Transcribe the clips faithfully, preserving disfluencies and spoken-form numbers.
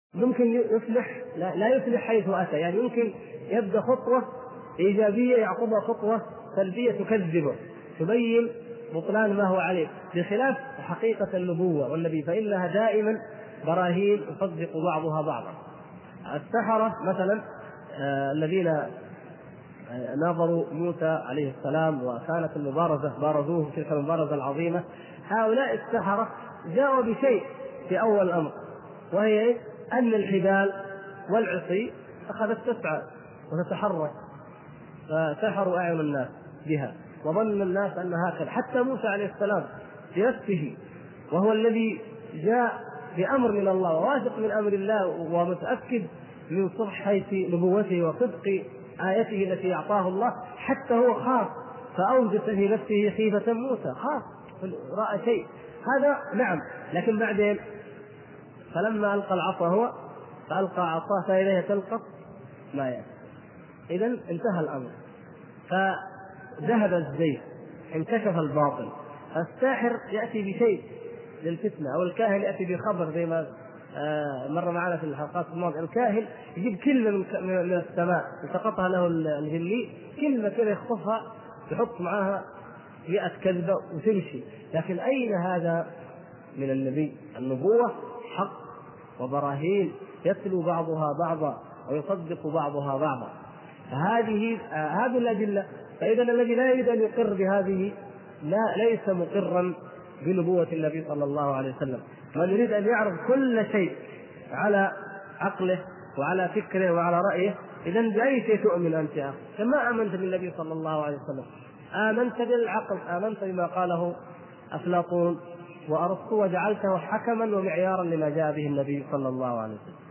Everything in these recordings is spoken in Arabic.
ممكن يصلح لا, لا يصلح حيث أتى، يعني يمكن يبدأ خطوة إيجابية يعقبها خطوة سلبية تكذبه تبين بطلان ما هو عليه، بخلاف حقيقة النبوة والنبي فإنها دائما براهين يصدق بعضها بعضا. السحرة مثلا آه الذين آه ناظروا موسى عليه السلام وكانت المبارزة بارزوه تلك المبارزة العظيمة، هؤلاء السحرة جاءوا بشيء في أول الأمر، وهي أن الحبال والعصي أخذت تسعى وتتحرك، فسحروا أعين الناس بها وظن الناس أن هكذا. حتى موسى عليه السلام بنفسه وهو الذي جاء بأمر من الله وواثق من أمر الله ومتأكد من صحة نبوته وصدق آيته التي أعطاه الله، حتى هو خاف فأوجس في نفسه خيفة موسى، خاف رأى شيء هذا نعم. لكن بعدين فلما ألقى العصا هو فألقى عصاه فإليه تلقف ما يأتي. إذن انتهى الأمر، فذهب الزيف، انكشف الباطل. الساحر يأتي بشيء للفتنة، أو الكاهن يأتي بخبر زي ما مر معنا في الحلقات الماضية، الكاهن يجيب كلمة من السماء التقطها له الجني، كلمة كذا يخطفها يحط معها مئة كذبة وتمشي. لكن أين هذا من النبي؟ النبوة حق وبراهين يتلو بعضها بعضا ويصدق بعضها بعضا، فهذه آه هذه الأدلة. فإذا الذي لا يريد أن يقر بهذه لا ليس مقرا بنبوة النبي صلى الله عليه وسلم. من يريد أن يعرض كل شيء على عقله وعلى فكره وعلى رأيه، إذن بأي شيء تؤمن أنت يا أخي؟ كما آمنت بالنبي صلى الله عليه وسلم، آمنت بالعقل، آمنت بما قاله أفلاطون وأرسطو وجعلته حكما ومعيارا لما جاء به النبي صلى الله عليه وسلم.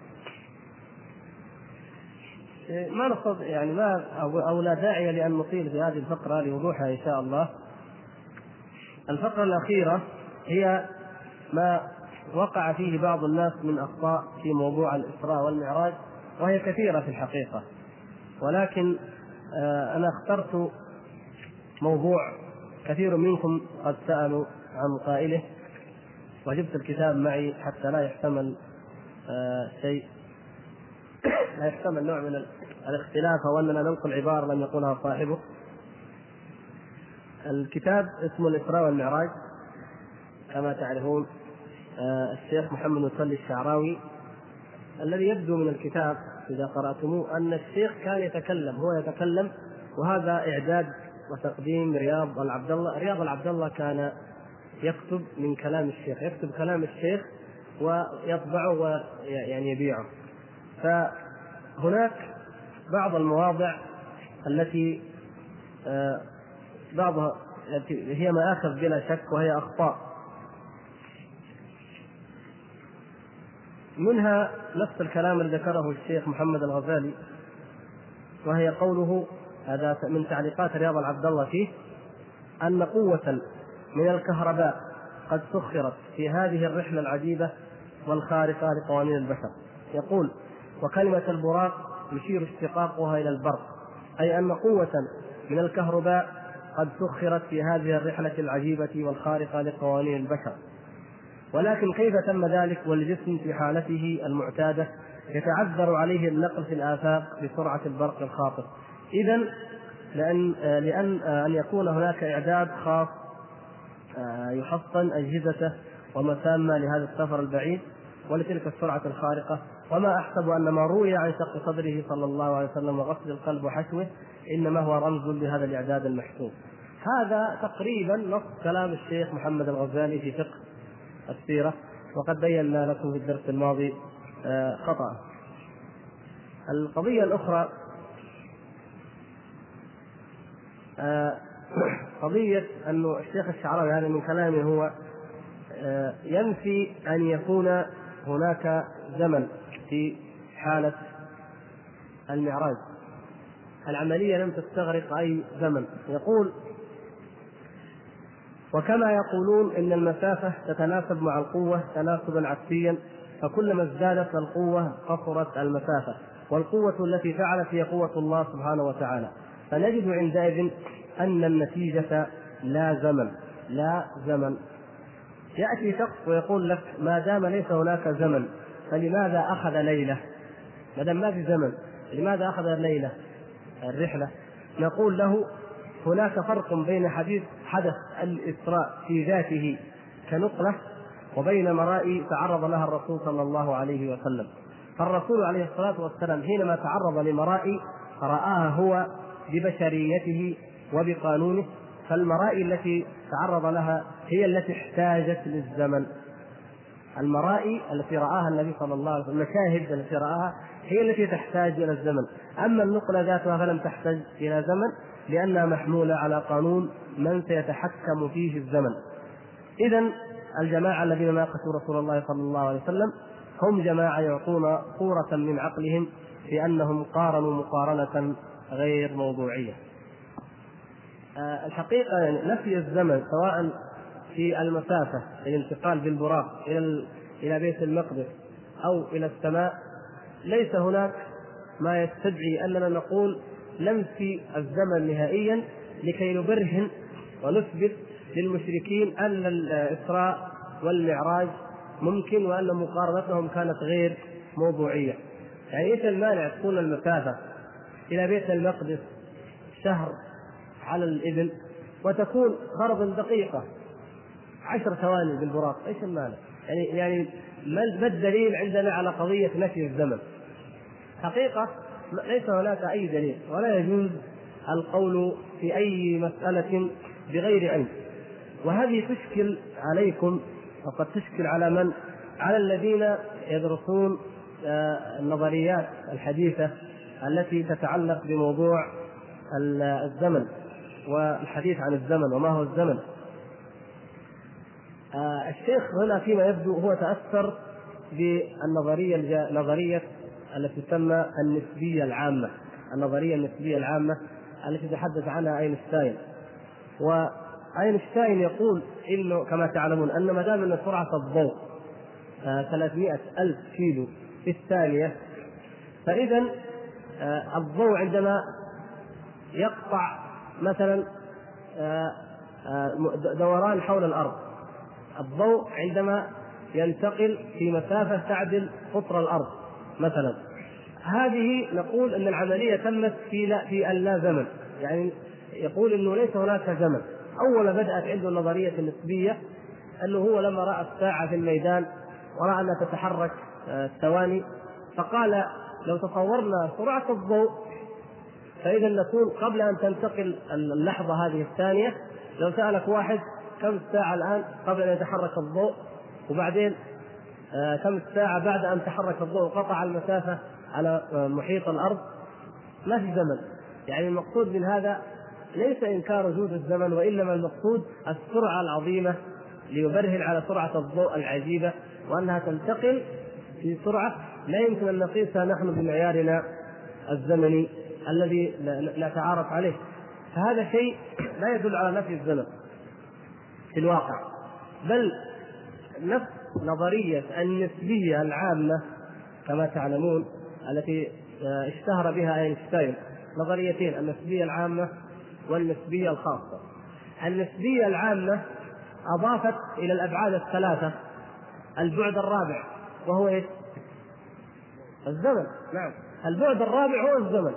ما نقصد يعني ما أو لا داعي لأن نطيل في هذه الفقرة لوضوحها إن شاء الله. الفقرة الأخيرة هي ما وقع فيه بعض الناس من أخطاء في موضوع الإسراء والمعراج، وهي كثيرة في الحقيقة، ولكن أنا اخترت موضوع كثير منكم قد سألوا عن قائله، وجبت الكتاب معي حتى لا يحتمل شيء لا يحتمل نوع من الاختلاف أو أننا ننقل عبارة لم يقولها صاحبه. الكتاب اسمه الإسراء والمعراج، كما تعرفون الشيخ محمد متولي الشعراوي، الذي يبدو من الكتاب إذا قرأتموه أن الشيخ كان يتكلم هو يتكلم وهذا إعداد وتقديم رياض العبد الله. رياض العبد الله كان يكتب من كلام الشيخ، يكتب كلام الشيخ ويطبعه ويعني يبيعه. فهناك بعض المواضع التي بعضها هي مآخذ بلا شك وهي أخطاء، منها نفس الكلام الذي ذكره الشيخ محمد الغزالي، وهي قوله هذا من تعليقات رياض العبد الله فيه أن قوة من الكهرباء قد سخرت في هذه الرحلة العجيبة والخارقة لقوانين البشر. يقول: وكلمة البراق يشير اشتقاقها إلى البرق، أي أن قوة من الكهرباء قد سخرت في هذه الرحلة العجيبة والخارقة لقوانين البشر. ولكن كيف تم ذلك والجسم في حالته المعتادة يتعذر عليه النقل في الآفاق بسرعة البرق الخاطف؟ إذن لأن, لأن أن يكون هناك إعداد خاص يحصن أجهزته ومسامة لهذا السفر البعيد ولتلك السرعة الخارقة. وما أحسب أن ما روي عن شق صدره صلى الله عليه وسلم وغسل القلب وحشوه إنما هو رمز لهذا الإعداد المحسوب. هذا تقريبا نص كلام الشيخ محمد الغزالي في فقه السيرة، وقد بينا لكم في الدرس الماضي خطأ. القضية الأخرى قضية أن الشيخ الشعراوي هذا من كلامه هو ينفي أن يكون هناك زمن في حالة المعراج، العملية لم تستغرق أي زمن. يقول: وكما يقولون إن المسافة تتناسب مع القوة تناسبا عكسيا، فكلما ازدادت القوة قصرت المسافة، والقوة التي فعلت هي قوة الله سبحانه وتعالى، فنجد عندئذ أن النتيجة لا زمن لا زمن. يأتي شخص ويقول لك: ما دام ليس هناك زمن فلماذا أخذ ليلة؟ ما دام ما في زمن لماذا أخذ ليلة الرحلة؟ نقول له هناك فرق بين حديث حدث الإسراء في ذاته كنقلة وبين مرائي تعرض لها الرسول صلى الله عليه وسلم. فالرسول عليه الصلاة والسلام حينما تعرض لمرائي رآها هو ببشريته وبقانونه، فالمرائي التي تعرض لها هي التي احتاجت للزمن. المرائي التي رآها النبي صلى الله عليه وسلم، المشاهد التي رآها هي التي تحتاج إلى الزمن. أما النقلة ذاتها فلم تحتاج إلى زمن لأنها محمولة على قانون من سيتحكم فيه الزمن. إذن الجماعة الذين ناقشوا رسول الله صلى الله عليه وسلم هم جماعة يعطون صورة من عقلهم في أنهم قارنوا مقارنة غير موضوعية. أه الحقيقة نفي الزمن سواء في المسافة الانتقال بالبراق إلى إلى بيت المقدس أو إلى السماء ليس هناك ما يستدعي أننا نقول ننفي الزمن نهائيا لكي نبرهن ونثبت للمشركين أن الإسراء والمعراج ممكن وأن مقارنتهم كانت غير موضوعية. يعني إيش المانع تكون المسافة إلى بيت المقدس شهر على الإبل وتكون فرض دقيقة عشر ثواني بالبراق؟ إيش المانع؟ يعني يعني ما الدليل عندنا على قضية نفي الزمن؟ حقيقة ليس هناك أي دليل، ولا يجوز القول في أي مسألة بغير علم، وهذه تشكل عليكم وقد تشكل على من؟ على الذين يدرسون النظريات الحديثة التي تتعلق بموضوع الزمن والحديث عن الزمن وما هو الزمن. الشيخ هنا فيما يبدو هو تأثر بالنظرية نظرية التي تسمى النسبية العامة، النظرية النسبية العامة التي تحدث عنها أينشتاين. وأينشتاين يقول إنه كما تعلمون أن ما دام أن سرعة الضوء ثلاثمائة ألف كيلو في الثانية، فإذا الضوء عندما يقطع مثلا دوران حول الأرض، الضوء عندما ينتقل في مسافة تعدل قطر الأرض مثلا، هذه نقول أن العملية تمت في لا في اللا زمن. يعني يقول أنه ليس هناك زمن. أول بدأت عنده النظرية النسبية أنه هو لما رأى الساعة في الميدان ورأى أنها تتحرك ثواني فقال لو تصورنا سرعة الضوء فإذا نكون قبل أن تنتقل اللحظة هذه الثانية، لو سألك واحد كم الساعة الآن قبل أن يتحرك الضوء وبعدين آه كم الساعة بعد أن تحرك الضوء وقطع المسافة على آه محيط الأرض، ما في زمن. يعني المقصود من هذا ليس إنكار وجود الزمن، وإنما المقصود السرعة العظيمة ليبرهن على سرعة الضوء العجيبة وأنها تنتقل في سرعة لا يمكن أن نقيسها نحن بمعيارنا الزمني الذي نتعارف عليه. فهذا شيء لا يدل على نفي الزمن في الواقع، بل نفس نظرية النسبية العامة كما تعلمون التي اشتهر بها أينشتاين، نظريتين: النسبية العامة والنسبية الخاصة. النسبية العامة أضافت إلى الأبعاد الثلاثة البعد الرابع وهو إيه؟ الزمن. نعم، البعد الرابع هو الزمن.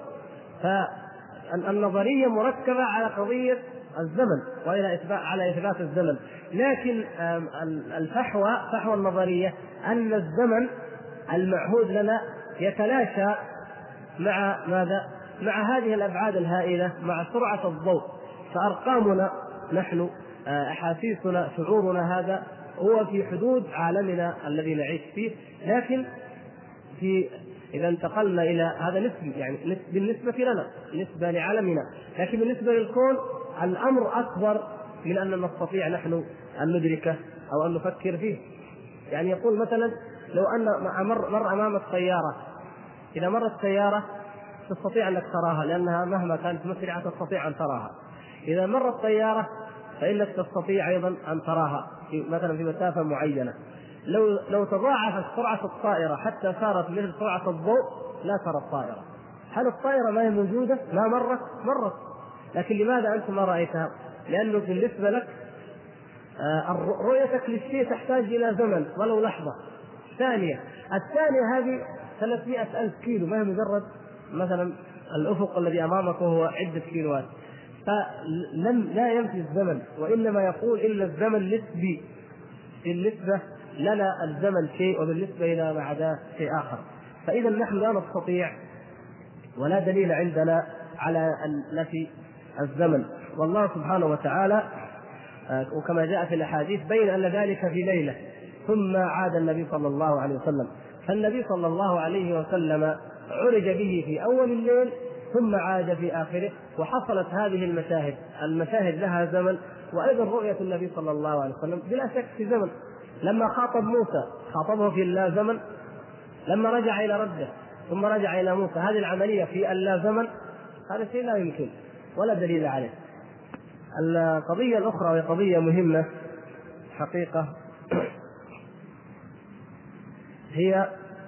فالنظرية مركبة على قضية الزمن وإلى إثبات على إثبات الزمن، لكن الفحوى فحوى النظرية أن الزمن المعهود لنا يتلاشى مع ماذا؟ مع هذه الأبعاد الهائلة، مع سرعة الضوء. فأرقامنا نحن، أحاسيسنا، شعورنا، هذا هو في حدود عالمنا الذي نعيش فيه، لكن في إذا انتقلنا إلى هذا نسبي، يعني بالنسبة لنا، نسبة لعالمنا، لكن بالنسبة للكون الأمر أكبر من أن نستطيع نحن أن ندركه أو أن نفكر فيه. يعني يقول مثلا لو أن مر, مر أمامك سيارة، إذا مرت سيارة تستطيع أنك تراها لأنها مهما كانت مسرعة تستطيع أن تراها. إذا مرت سيارة فإنك تستطيع أيضا أن تراها في مثلا في مسافة معينة. لو لو تضاعفت سرعة الطائرة حتى صارت مثل سرعة الضوء لا ترى الطائرة. هل الطائرة ما هي موجودة؟ ما مرت؟ مرت، لكن لماذا أنت ما رأيتها؟ لأنه بالنسبة لك رؤيتك للشيء تحتاج إلى زمن ولو لحظة ثانية. الثانية هذه ثلاثمائة ألف كيلو، ما هي مجرد مثلا الأفق الذي أمامك وهو عدة كيلوات. فلم لا ينفي الزمن، وإنما يقول إلا الزمن نسبي، بالنسبة لنا الزمن شيء وبالنسبة إلى ما عداه شيء آخر. فإذا نحن لا نستطيع ولا دليل عندنا على نفي الزمن. والله سبحانه وتعالى وكما جاء في الأحاديث بين أن ذلك في ليلة ثم عاد النبي صلى الله عليه وسلم. فالنبي صلى الله عليه وسلم عرج به في أول الليل ثم عاد في آخره، وحصلت هذه المشاهد المشاهد لها زمن. وأيضا رؤية النبي صلى الله عليه وسلم بلا شك في زمن. لما خاطب موسى خاطبه في اللا زمن، لما رجع إلى رده ثم رجع إلى موسى، هذه العملية في اللا زمن، هذا شيء لا يمكن ولا دليل عليه. القضية الأخرى وهي قضية مهمة حقيقة هي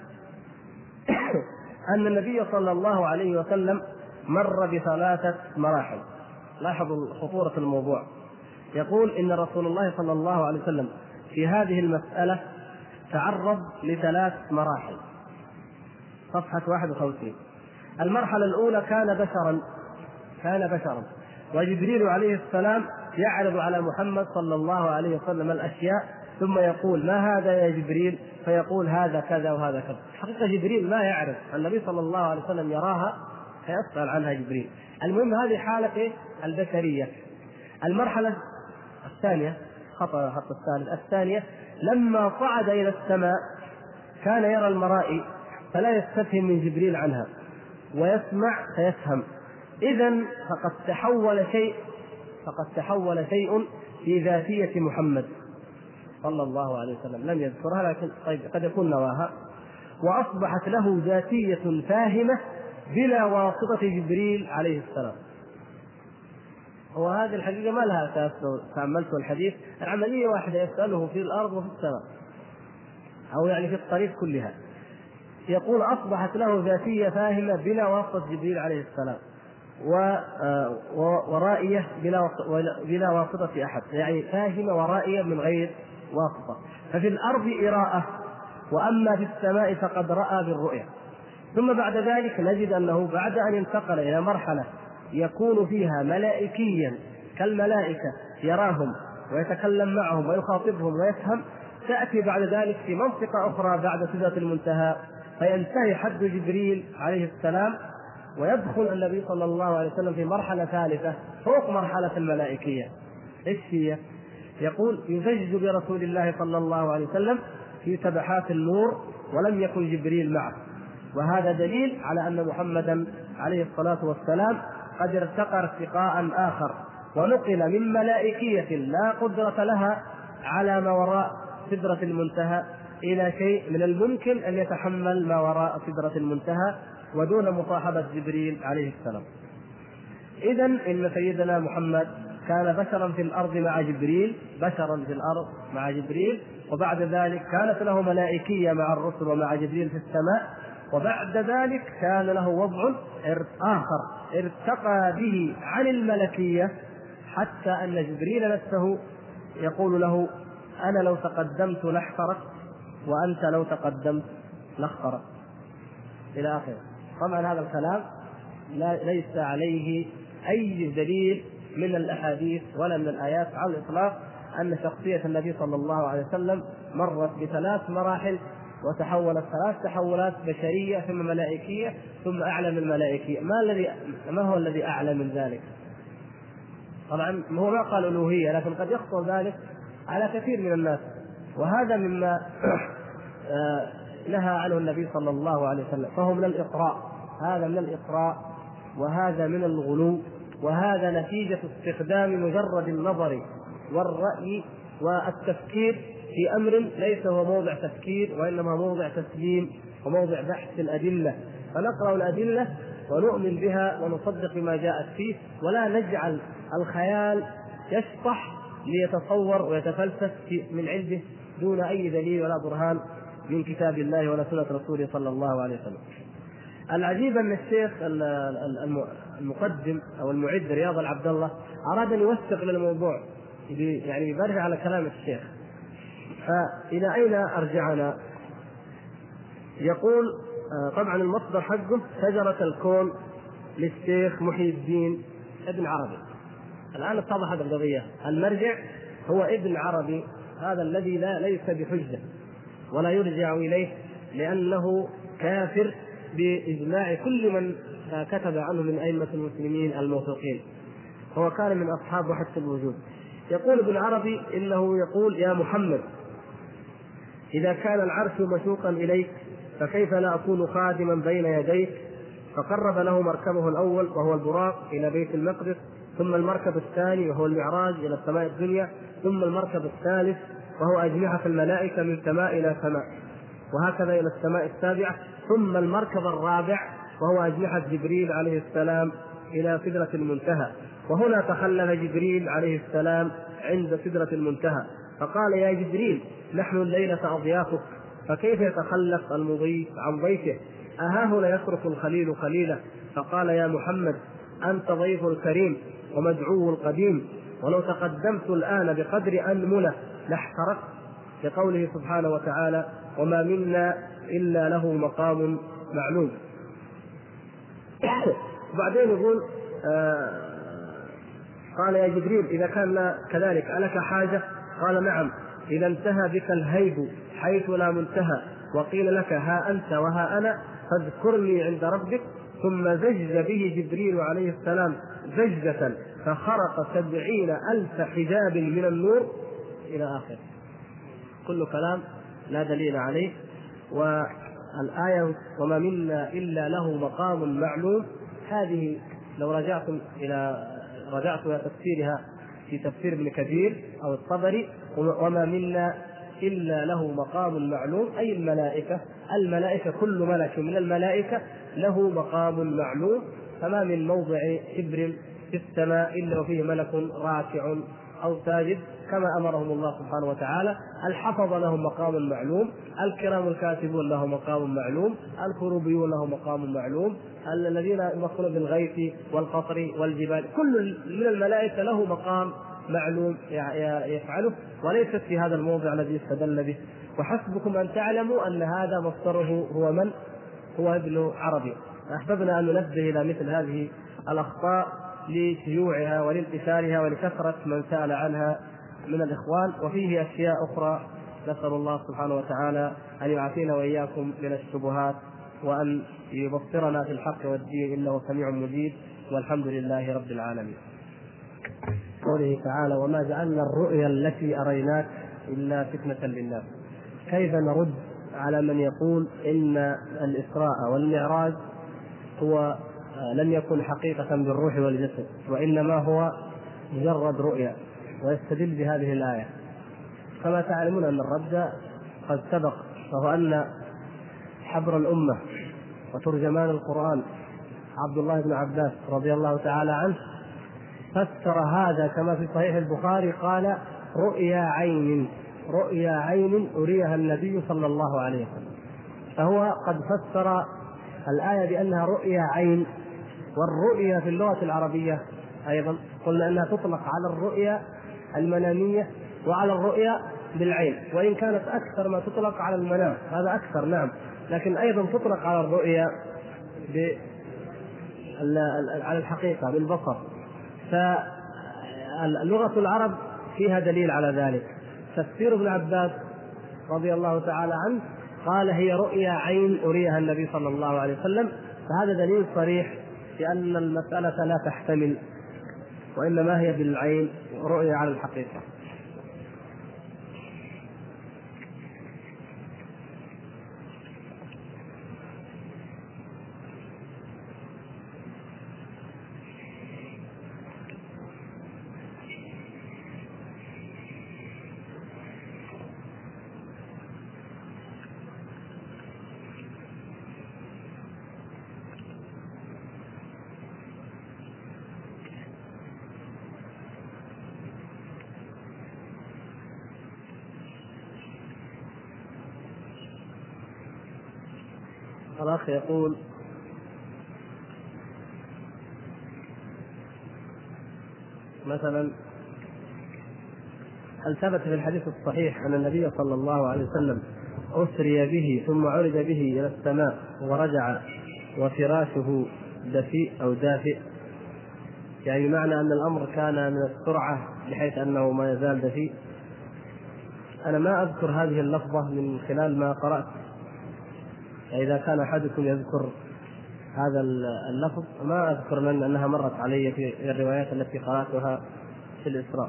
أن النبي صلى الله عليه وسلم مر بثلاثة مراحل. لاحظوا خطورة الموضوع. يقول إن رسول الله صلى الله عليه وسلم في هذه المسألة تعرض لثلاث مراحل. صفحة واحد وخمسين. المرحلة الأولى كان بشرا كان بشرا وجبريل عليه السلام يعرض على محمد صلى الله عليه وسلم الأشياء، ثم يقول ما هذا يا جبريل؟ فيقول هذا كذا وهذا كذا. حقيقة جبريل ما يعرف، النبي صلى الله عليه وسلم يراها فيسأل عنها جبريل. المهم هذه حالة البشرية. المرحلة الثانية خطأ خط الثالث الثانية لما صعد إلى السماء كان يرى المرائي فلا يستفهم من جبريل عنها ويسمع فيفهم. إذن فقد تحول شيء فقد تحول شيء في ذاتية محمد صلى الله عليه وسلم لم يذكرها، لكن طيب قد يكون نواها، وأصبحت له ذاتية فاهمة بلا واسطة جبريل عليه السلام. وهذه الحقيقة ما لها أساس لو تأملت الحديث. العملية واحدة، يسأله في الأرض وفي السماء، أو يعني في الطريق كلها. يقول أصبحت له ذاتية فاهمة بلا واسطة جبريل عليه السلام، ورائية بلا واسطة أحد، يعني فاهمة ورائية من غير واسطة. ففي الأرض إراءة، وأما في السماء فقد رأى بالرؤية. ثم بعد ذلك نجد أنه بعد أن انتقل إلى مرحلة يكون فيها ملائكيا كالملائكة يراهم ويتكلم معهم ويخاطبهم ويفهم، تأتي بعد ذلك في منطقة أخرى بعد سدرة المنتهى فينتهي حد جبريل عليه السلام، ويدخل النبي صلى الله عليه وسلم في مرحلة ثالثة فوق مرحلة الملائكية. إيش هي؟ يقول يزج برسول الله صلى الله عليه وسلم في سبحات النور ولم يكن جبريل معه. وهذا دليل على أن محمدا عليه الصلاة والسلام قد ارتقى ارتقاء آخر، ونقل من ملائكية لا قدرة لها على ما وراء سدرة المنتهى إلى شيء من الممكن أن يتحمل ما وراء سدرة المنتهى ودون مصاحبة جبريل عليه السلام. إذن إن سيدنا محمد كان بشرا في الأرض مع جبريل بشرا في الأرض مع جبريل وبعد ذلك كانت له ملائكية مع الرسل ومع جبريل في السماء، وبعد ذلك كان له وضع آخر ارتقى به عن الملكية، حتى أن جبريل نفسه يقول له أنا لو تقدمت لاحترقت وأنت لو تقدمت لاخترقت إلى آخره. طبعا هذا الكلام لا ليس عليه أي دليل من الأحاديث ولا من الآيات على الإطلاق أن شخصية النبي صلى الله عليه وسلم مرت بثلاث مراحل وتحولت ثلاث تحولات بشرية ثم ملائكية ثم أعلى من الملائكية. ما الذي ما هو الذي أعلى من ذلك؟ طبعا هو ما قال ألوهية، لكن قد يخطر ذلك على كثير من الناس، وهذا مما نهى عنه النبي صلى الله عليه وسلم، فهو من الإطراء. هذا من الإطراء وهذا من الغلو، وهذا نتيجة استخدام مجرد النظر والرأي والتفكير في أمر ليس هو موضع تفكير وإنما موضع تسليم وموضع بحث الأدلة. فنقرأ الأدلة ونؤمن بها ونصدق بما جاءت فيه، ولا نجعل الخيال يشطح ليتصور ويتفلسف من عنده دون أي دليل ولا برهان من كتاب الله ولا سنة رسوله صلى الله عليه وسلم. العجيب أن الشيخ المقدم أو المعد رياض العبد الله أراد أن يوثق للموضوع، يعني يبرر على كلام الشيخ. فإلى أين أرجعنا؟ يقول طبعا المصدر حقه شجرة الكون للشيخ محي الدين ابن عربي. الآن اتضحت القضية، المرجع هو ابن عربي، هذا الذي لا ليس بحجة ولا يرجع إليه لأنه كافر بإجماع كل من كتب عنه من أئمة المسلمين الموثوقين، هو كان من أصحاب وحدة الوجود. يقول ابن عربي إنه يقول: يا محمد، إذا كان العرش مشوقا إليك فكيف لا أكون خادما بين يديك؟ فقرب له مركبه الأول وهو البراق إلى بيت المقدس، ثم المركب الثاني وهو المعراج إلى السماء الدنيا، ثم المركب الثالث وهو أجنحة الملائكة من سماء إلى سماء، وهكذا إلى السماء السابعة، ثم المركب الرابع وهو أجنحة جبريل عليه السلام إلى سدرة المنتهى. وهنا تخلف جبريل عليه السلام عند سدرة المنتهى فقال: يا جبريل، نحن الليلة أضيافك، فكيف يتخلف المضيف عن ضيفه؟ أهاهنا يترك الخليل خليله؟ فقال: يا محمد، أنت ضيف الكريم ومدعو القديم، ولو تقدمت الآن بقدر أنملة لاحترقت، لقوله سبحانه وتعالى: وما منا إلا له مقام معلوم. بعدين يقول آه قال: يا جبريل، إذا كان كذلك ألك حاجة؟ قال: نعم، إذا انتهى بك الهيب حيث لا منتهى وقيل لك ها أنت وها أنا فاذكرني عند ربك، ثم زج به جبريل عليه السلام زجة فخرق سبعين ألف حجاب من النور إلى آخر. كل كلام لا دليل عليه. والآية وما منا إلا له مقام معلوم، هذه لو رجعتم إلى رجعت إلى تفسيرها في تفسير ابن كثير أو الطبري: وما منا إلا له مقام معلوم، أي الملائكة، الملائكة كل ملك من الملائكة له مقام معلوم، فما من موضع شبر في السماء إلا وفيه ملك راكع أو ساجد كما أمرهم الله سبحانه وتعالى. الحفظ لهم مقام معلوم، الكرام الكاتبون لهم مقام معلوم، الكروبيون لهم مقام معلوم، الذين يمخون بالغيث والقطر والجبال، كل من الملائكة له مقام معلوم يفعله، وليست في هذا الموضع الذي استدل به. وحسبكم أن تعلموا أن هذا مصدره هو من؟ هو ابن عربي. أحببنا أن ننبه إلى مثل هذه الأخطاء لشيوعها ولانتشارها ولكثرة من سأل عنها من الإخوان، وفيه أشياء أخرى نسأل الله سبحانه وتعالى أن يعافينا وإياكم من الشبهات وأن يبصرنا في الحق والدين، إنه سميع مجيب، والحمد لله رب العالمين. قوله تعالى: وما جعلنا الرؤيا التي أريناك إلا فتنة للناس. كيف نرد على من يقول إن الإسراء والمعراج هو لم يكن حقيقة بالروح والجسد وإنما هو مجرد رؤيا، ويستدل بهذه الآية؟ كما تعلمون أن الرد قد سبق، وهو أن حبر الأمة وترجمان القرآن عبد الله بن عباس رضي الله تعالى عنه فسر هذا كما في صحيح البخاري، قال: رؤيا عين، رؤيا عين أريها النبي صلى الله عليه وسلم. فهو قد فسر الآية بأنها رؤيا عين. والرؤيا في اللغة العربية أيضا قلنا أنها تطلق على الرؤيا المنامية وعلى الرؤيا بالعين، وإن كانت أكثر ما تطلق على المنام، هذا أكثر نعم، لكن أيضا تطلق على الرؤيا على الحقيقة بالبصر. فاللغة العرب فيها دليل على ذلك. تفسير ابن عباس رضي الله تعالى عنه قال: هي رؤيا عين أريها النبي صلى الله عليه وسلم، فهذا دليل صريح بأن المسألة لا تحتمل، وإنما هي بالعين رؤيا على الحقيقة. الأخ يقول: مثلا هل ثبت في الحديث الصحيح أن النبي صلى الله عليه وسلم أسري به ثم عرج به إلى السماء ورجع وفراشه دفيء أو دافئ، يعني معنى أن الأمر كان من السرعة بحيث أنه ما يزال دفيء. أنا ما أذكر هذه اللفظة من خلال ما قرأت، إذا كان أحدكم يذكر هذا اللفظ ما أذكر من أنها مرت علي في الروايات التي قرأتها في الإسراء،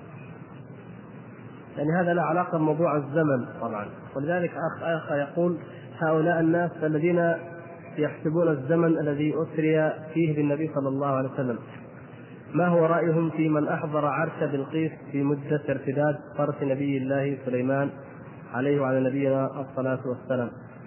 يعني هذا لا علاقة بموضوع الزمن طبعا. ولذلك أخ آخر يقول هؤلاء الناس الذين يحسبون الزمن الذي أسري فيه بالنبي صلى الله عليه وسلم، ما هو رأيهم في من أحضر عرش بلقيس في مدة ارتداد فرس نبي الله سليمان عليه وعلى نبينا الصلاة والسلام؟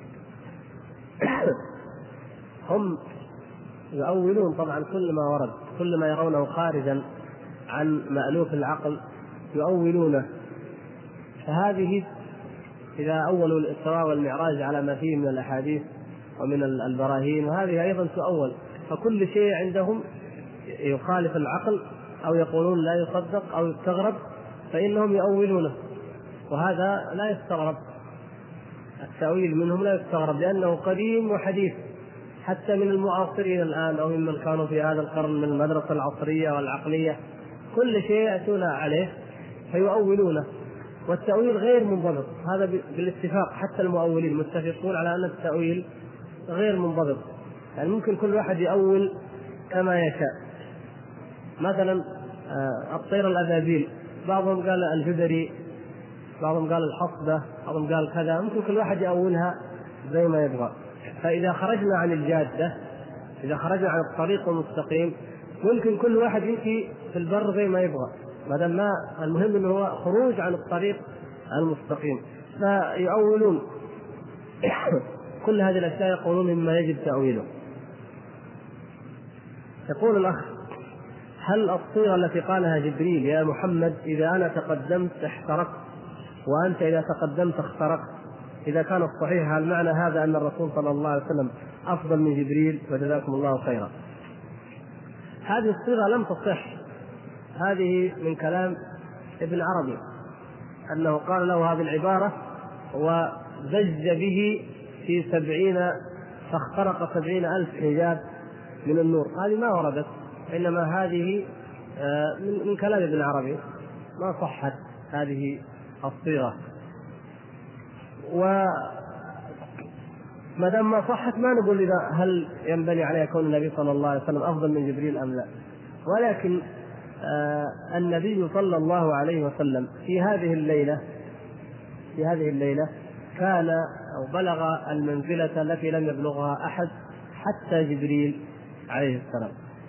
هم يؤولون طبعا كل ما ورد، كل ما يرونه خارجا عن مألوف العقل يؤولونه. فهذه إذا أولوا الإسراء والمعراج على ما فيه من الأحاديث ومن البراهين، وهذه أيضا تؤول، فكل شيء عندهم يخالف العقل أو يقولون لا يصدق أو يستغرب فإنهم يؤولونه، وهذا لا يستغرب، التأويل منهم لا يستغرب لأنه قديم وحديث، حتى من المعاصرين الآن أو ممن كانوا في هذا القرن من المدرسة العصرية والعقلية كل شيء يأتون عليه فيؤولونه. والتأويل غير منضبط، هذا بالاتفاق، حتى المؤولين متفقون على أن التأويل غير منضبط، يعني ممكن كل واحد يؤول كما يشاء. مثلا الطير الأبابيل بعضهم قال الجدري، بعضهم قال الحصبة، بعضهم قال كذا، ممكن كل واحد يؤولها زي ما يبغى. فإذا خرجنا عن الجادة، إذا خرجنا عن الطريق المستقيم، ممكن كل واحد يمشي في البر زي ما يبغى، ما دام ما المهم انه هو خروج عن الطريق المستقيم، فيؤولون كل هذه الاشياء يقولون مما يجب تأويله. يقول الأخ: هل الصيغة التي قالها جبريل يا محمد إذا أنا تقدمت احترقت وأنت إذا تقدمت اخترقت، إذا كان الصحيح هل معنى هذا أن الرسول صلى الله عليه وسلم أفضل من جبريل وجزاكم الله خيرا؟ هذه الصيغة لم تصح، هذه من كلام ابن عربي أنه قال له هذه العبارة وزج به في سبعين فاخترق سبعين ألف حجاب من النور، هذه ما وردت، إنما هذه من كلام ابن عربي، ما صحت هذه الصيغة. وما دام ما صحت ما نقول إذا هل ينبني عليه يكون النبي صلى الله عليه وسلم أفضل من جبريل أم لا، ولكن آه النبي صلى الله عليه وسلم في هذه الليلة في هذه الليلة كان أو بلغ المنزلة التي لم يبلغها أحد حتى جبريل عليه السلام.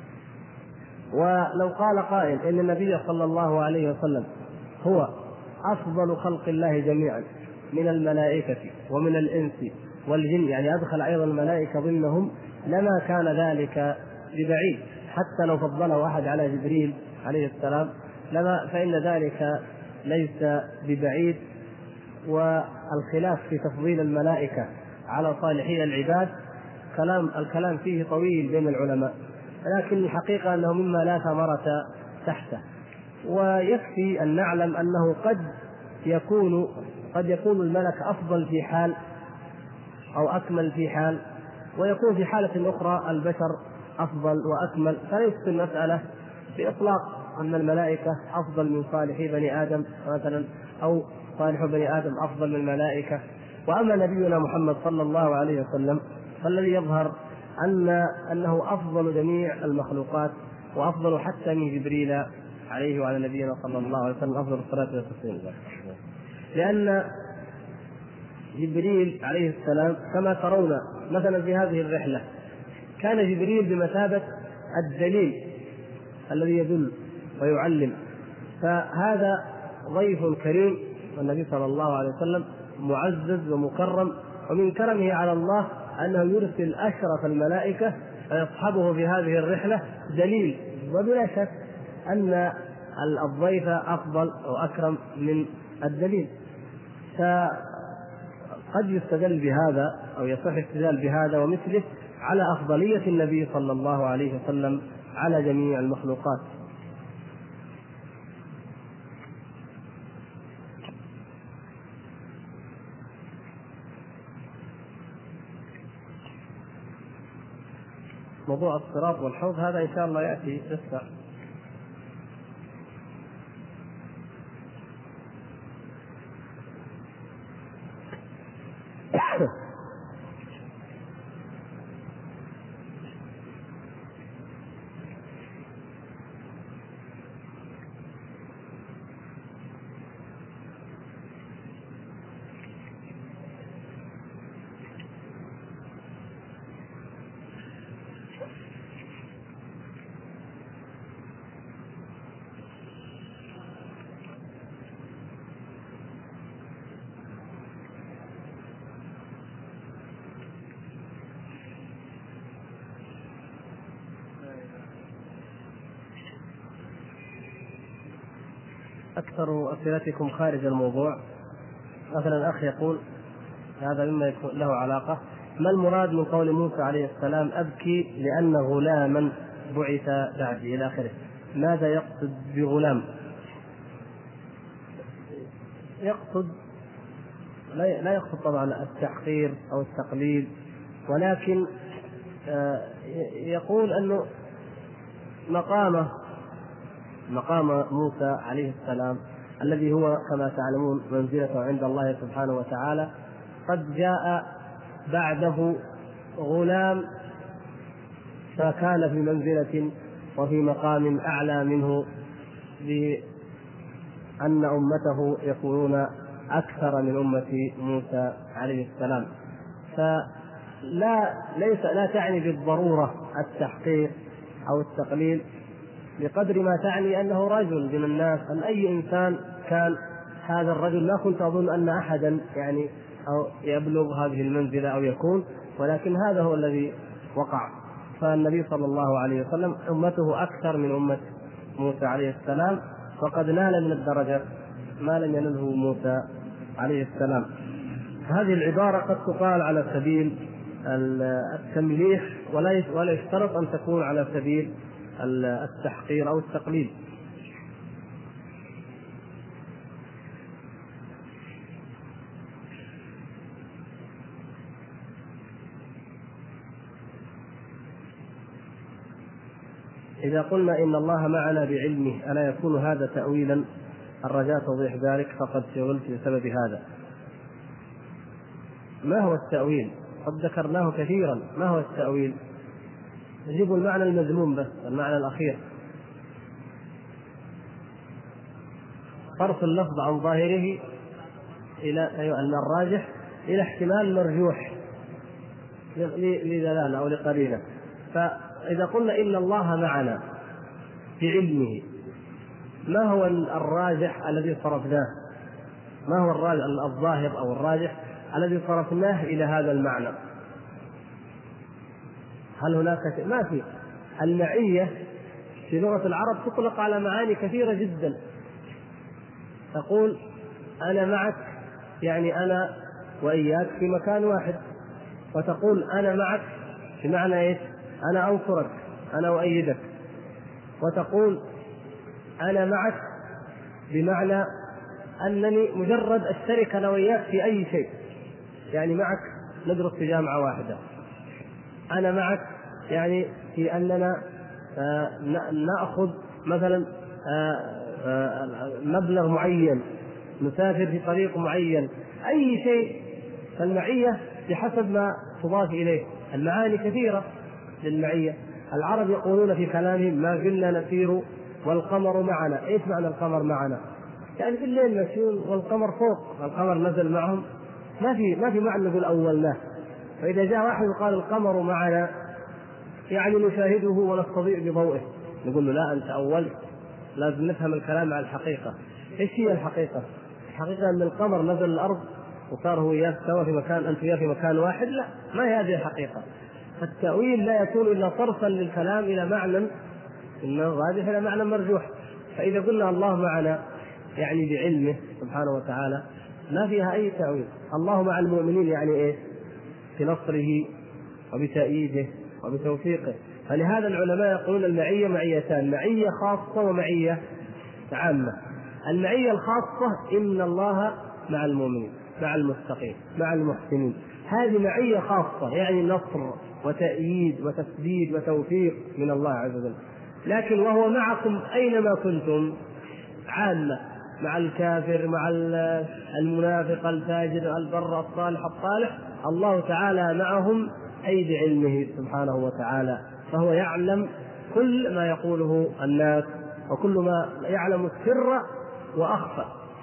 ولو قال قائل إن النبي صلى الله عليه وسلم هو أفضل خلق الله جميعا من الملائكة ومن الإنس والجن، يعني أدخل أيضا الملائكة ضمنهم، لما كان ذلك ببعيد، حتى لو فضله أحد على جبريل عليه السلام لما فإن ذلك ليس ببعيد. والخلاف في تفضيل الملائكة على صالحين العباد كلام الكلام فيه طويل بين العلماء، لكن الحقيقة أنه مما لا ثمرة تحته. ويكفي أن نعلم أنه قد يكون قد يكون الملك أفضل في حال أو أكمل في حال، ويكون في حالة أخرى البشر أفضل وأكمل، فليست المسألة بإطلاق أن الملائكة أفضل من صالحي بني آدم مثلا، أو صالح بني آدم أفضل من الملائكة. وأما نبينا محمد صلى الله عليه وسلم فالذي يظهر أن أنه أفضل جميع المخلوقات، وأفضل حتى من جبريل عليه وعلى نبينا صلى الله عليه وسلم أفضل الصلاة والتسليم، لأن جبريل عليه السلام كما ترون مثلا في هذه الرحلة كان جبريل بمثابة الدليل الذي يدل ويعلم، فهذا ضيف كريم، والنبي صلى الله عليه وسلم معزز ومكرم، ومن كرمه على الله أنه يرسل أشرف الملائكة فيصحبه في هذه الرحلة دليل، وبلا شك أن الضيف أفضل وأكرم من الدليل. فقد يستدل بهذا أو يصح استدلال بهذا ومثله على أفضلية النبي صلى الله عليه وسلم على جميع المخلوقات. موضوع الصراط والحوض هذا إن شاء الله يأتي لسه. أكثر أسئلتكم خارج الموضوع. مثلا أخ يقول هذا مما يكون له علاقة: ما المراد من قول موسى عليه السلام أبكي لأن غلاما بعث بعدي إلى آخره؟ ماذا يقصد بغلام؟ يقصد لا يقصد طبعا التحقير أو التقليل، ولكن يقول أنه مقامه مقام موسى عليه السلام الذي هو كما تعلمون منزلته عند الله سبحانه وتعالى، قد جاء بعده غلام فكان في منزلة وفي مقام أعلى منه، بأن أمته يكونون أكثر من أمة موسى عليه السلام. فلا ليس لا تعني بالضرورة التحقير أو التقليل، بقدر ما تعني أنه رجل من الناس، أن أي إنسان كان هذا الرجل لا كنت أظن أن أحدا يعني أو يبلغ هذه المنزلة أو يكون، ولكن هذا هو الذي وقع. فالنبي صلى الله عليه وسلم أمته أكثر من أمة موسى عليه السلام، وقد نال من الدرجة ما لم ينله موسى عليه السلام. هذه العبارة قد تقال على سبيل التمليح، ولا يشترط أن تكون على سبيل التحقير أو التقليل. إذا قلنا إن الله معنا بعلمه ألا يكون هذا تأويلا؟ الرجاء توضيح ذلك، فقد شغلت بسبب هذا. ما هو التأويل؟ قد ذكرناه كثيرا. ما هو التأويل؟ نجيب المعنى المذموم بس، المعنى الأخير، صرف اللفظ عن ظاهره إلى أيوة الراجح إلى احتمال مرجوح لدلالة أو لقرينة. فإذا قلنا إن الله معنا بعلمه، ما هو الراجح الذي صرفناه؟ ما هو الراجح الظاهر أو الراجح الذي صرفناه إلى هذا المعنى؟ هل هناك شيء؟ ما في. المعية في لغة العرب تطلق على معاني كثيرة جدا. تقول أنا معك يعني أنا وإياك في مكان واحد، وتقول أنا معك بمعنى إيش؟ أنا أنصرك، أنا أؤيدك. وتقول أنا معك بمعنى أنني مجرد أشترك أنا وإياك في أي شيء، يعني معك ندرس في جامعة واحدة. أنا معك يعني في أننا نأخذ مثلا مبلغ معين، نسافر في طريق معين، أي شيء. فالمعية بحسب ما تضاف إليه. المعاني كثيرة للمعية. العرب يقولون في كلامهم ما زلنا نسير والقمر معنا. إيش معنى القمر معنا؟ يعني في الليل ماشيون والقمر فوق، القمر نزل معهم. ما في ما في معنى نقول أولناه. فإذا جاء واحد وقال القمر معنا يعني نشاهده ونستضيء بضوئه، نقول له لا أنت أول، لازم نفهم الكلام على الحقيقة. إيش هي الحقيقة؟ الحقيقة أن القمر نزل الأرض وصار هو إياه سوا في مكان، أنت وياه في مكان واحد. لا، ما هي هذه الحقيقة. فالتأويل لا يكون إلا صرفا للكلام إلى معنى إنه راجح إلى معنى مرجوح. فإذا قلنا الله معنا يعني بعلمه سبحانه وتعالى، ما فيها أي تأويل. الله مع المؤمنين يعني إيه؟ في نصره وبتأييده وبتوفيقه. فلهذا العلماء يقولون المعية معيتان: معية خاصة ومعية عامة. المعية الخاصة إن الله مع المؤمنين، مع المتقين، مع المحسنين. هذه معية خاصة، يعني النصر وتأييد وتسديد وتوفيق من الله عز وجل. لكن وهو معكم أينما كنتم عامة، مع الكافر، مع المنافق، الفاجر، البر، الصالح، الطالح، الله تعالى معهم أي بعلمه سبحانه وتعالى، فهو يعلم كل ما يقوله الناس وكل ما يعلم السر وأخفى.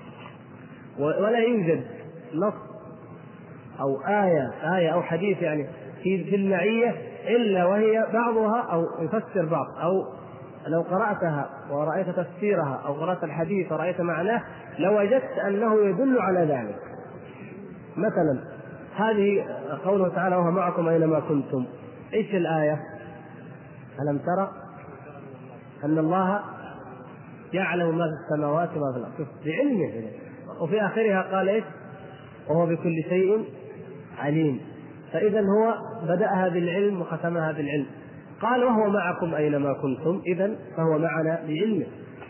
ولا يوجد نص أو آية آية أو حديث يعني في المعية إلا وهي بعضها أو يفسر بعض، أو لو قرأتها ورأيت تفسيرها أو قرأت الحديث ورأيت معناه لوجدت أنه يدل على ذلك. مثلا هذه قوله تعالى وهو معكم أينما كنتم، إيش الآية؟ ألم ترى أن الله يعلم ما في السماوات وما في الأرض بعلمه، وفي آخرها قال إيش؟ وهو بكل شيء عليم. فإذا هو بدأها بالعلم وختمها بالعلم. قال وهو معكم أينما كنتم، إذن فهو معنا بعلمه.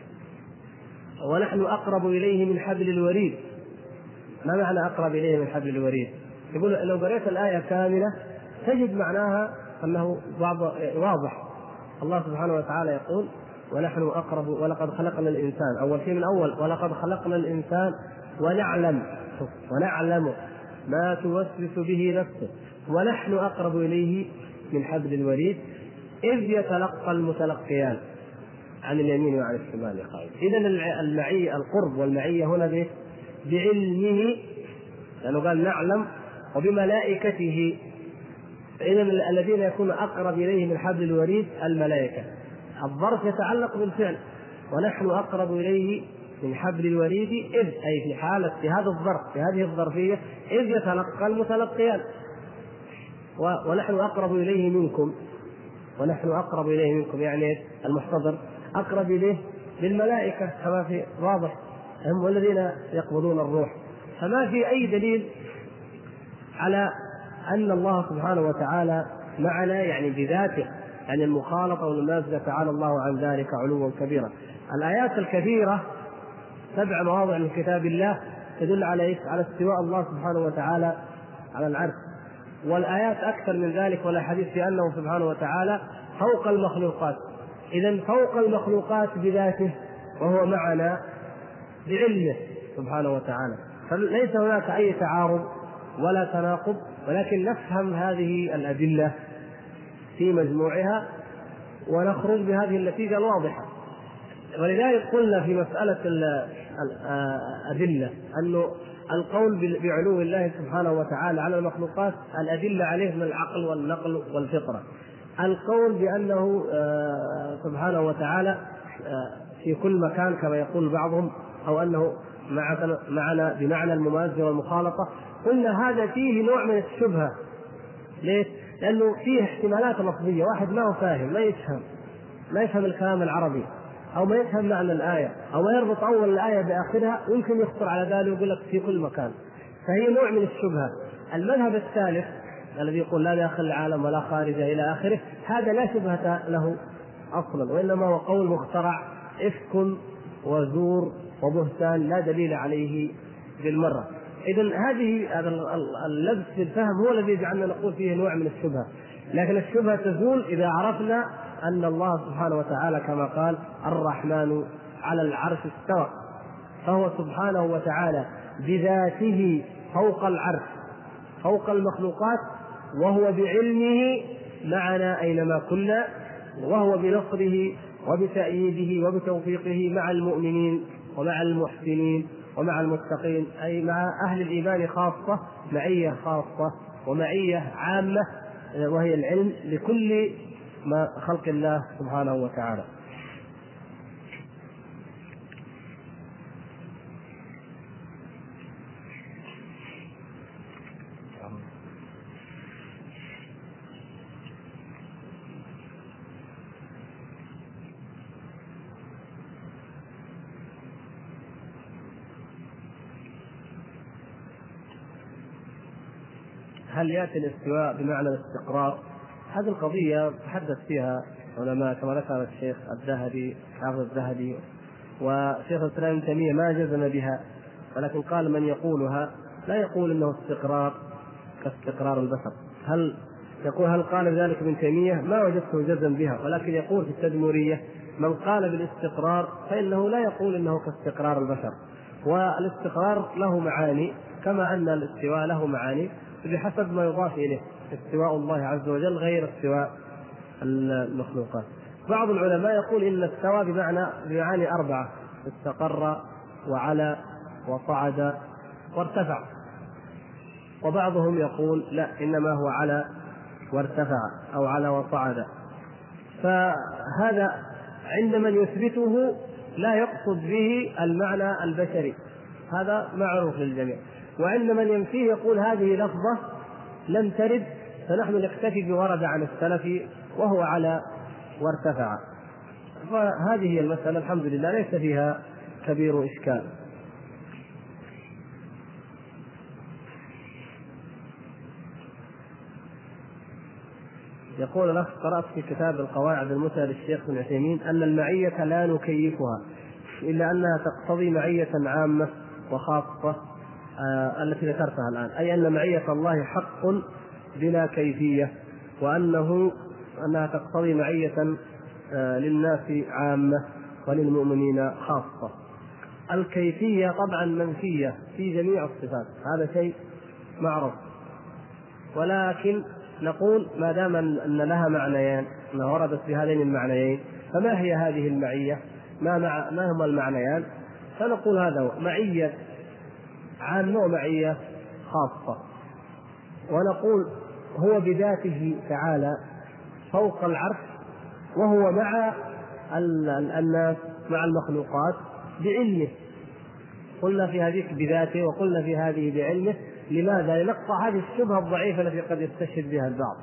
ونحن أقرب إليه من حبل الوريد. ما معنى أقرب إليه من حبل الوريد؟ يقول لو قرأت الآية كاملة تجد معناها أنه واضح. الله سبحانه وتعالى يقول ونحن أقرب، ولقد خلقنا الإنسان، أول شيء من أول ولقد خلقنا الإنسان ونعلم ونعلم ما توسوس به نفسه ونحن أقرب إليه من حبل الوريد إذ يتلقى المتلقيان عن اليمين وعن الشمال قائد. إذن المعية، القرب والمعية هنا بعلمه، لأنه قال نعلم وبملائكته. إذن الذين يكون أقرب إليه من حبل الوريد الملائكة. الظرف يتعلق بالفعل، ونحن أقرب إليه من حبل الوريد إذ، أي في حالة في هذا الظرف، في هذه الظرفية، إذ يتلقى المتلقيان. ونحن أقرب إليه منكم، ونحن أقرب إليه منكم يعني المحتضر أقرب إليه بالملائكة كما في واضح، هم الذين يقبضون الروح. فما في أي دليل على أن الله سبحانه وتعالى معنا يعني بذاته، يعني المخالطة والممازجة تعالى الله عن ذلك علوا كبيرا. الآيات الكثيرة سبع مواضع من كتاب الله تدل على على استواء الله سبحانه وتعالى على العرش، والآيات أكثر من ذلك، ولا حديث في أنه سبحانه وتعالى فوق المخلوقات. إذن فوق المخلوقات بذاته وهو معنا بعلمه سبحانه وتعالى. فليس هناك أي تعارض ولا تناقض، ولكن نفهم هذه الأدلة في مجموعها ونخرج بهذه النتيجة الواضحة. ولذلك قلنا في مسألة الأدلة أنه القول بعلو الله سبحانه وتعالى على المخلوقات الأدلة عليه من العقل والنقل والفطرة. القول بأنه سبحانه وتعالى في كل مكان كما يقول بعضهم، أو أنه معنا بمعنى الممازجة والمخالطة، قلنا هذا فيه نوع من الشبهة. ليش؟ لأنه فيه احتمالات لفظية، واحد ما هو فاهم، ما يفهم ما يفهم الكلام العربي، أو ما يفهم معنى الآية، أو ما يربط أول الآية بآخرها، يمكن يخطر على باله ويقول لك في كل مكان، فهي نوع من الشبهة. المذهب الثالث الذي يقول لا داخل العالم ولا خارجه إلى آخره، هذا لا شبهة له أصلا، وإنما هو قول مخترع، إفك وزور وبهتان لا دليل عليه بالمرة. إذن هذه اللبس في الفهم هو الذي يجعلنا نقول فيه نوع من الشبهة. لكن الشبهة تزول إذا عرفنا أن الله سبحانه وتعالى كما قال الرحمن على العرش استوى، فهو سبحانه وتعالى بذاته فوق العرش فوق المخلوقات، وهو بعلمه معنا أينما كنا، وهو بنصره وبتأييده وبتوفيقه مع المؤمنين ومع المحسنين ومع المتقين، أي مع أهل الإيمان خاصة، معية خاصة ومعية عامة، وهي العلم لكل ما خلق الله سبحانه وتعالى. هل يأتي الاستواء بمعنى الاستقرار؟ هذه القضية تحدث فيها علماء كما ذكر الشيخ الذهبي حافظ الذهبي، وشيخ الإسلام ابن تيمية ما جزم بها، ولكن قال من يقولها لا يقول انه استقرار كاستقرار البشر. هل يقول هل قال ذلك ابن تيمية؟ ما وجدته جزم بها، ولكن يقول في التدمرية من قال بالاستقرار فإنه لا يقول إنه كاستقرار البشر، والاستقرار له معاني كما أن الاستواء له معاني بحسب ما يضاف إليه. استواء الله عز وجل غير استواء المخلوقات. بعض العلماء يقول إن استوى بمعنى بمعاني أربعة: استقر وعلى وصعد وارتفع. وبعضهم يقول لا، إنما هو على وارتفع أو على وصعد. فهذا عند من يثبته لا يقصد به المعنى البشري، هذا معروف للجميع. وعند من ينفيه يقول هذه لفظة لم ترد، فنحن نكتفي بورد عن السلف وهو على وارتفع. فهذه هي المسألة الحمد لله ليس فيها كبير إشكال. يقول الأخ: قرأت في كتاب القواعد المثلى للشيخ ابن عثيمين أن المعية لا نكيفها إلا أنها تقتضي معية عامة وخاصة آه التي ذكرتها الآن، أي أن معية الله حق بلا كيفية، وأنه أنها تقتضي معية آه للناس عامة وللمؤمنين خاصة. الكيفية طبعا منفية في جميع الصفات، هذا شيء معروف، ولكن نقول ما دام أن لها معنيان، أنها وردت بهذين المعنيين، فما هي هذه المعية؟ ما, مع ما هما المعنيان؟ فنقول هذا هو معية عامة ومعية خاصة. ونقول هو بذاته تعالى فوق العرش، وهو مع الناس مع المخلوقات بعلمه. قلنا في هذه بذاته وقلنا في هذه بعلمه. لماذا؟ لنقطع هذه الشبهة الضعيفة التي قد يستشهد بها البعض.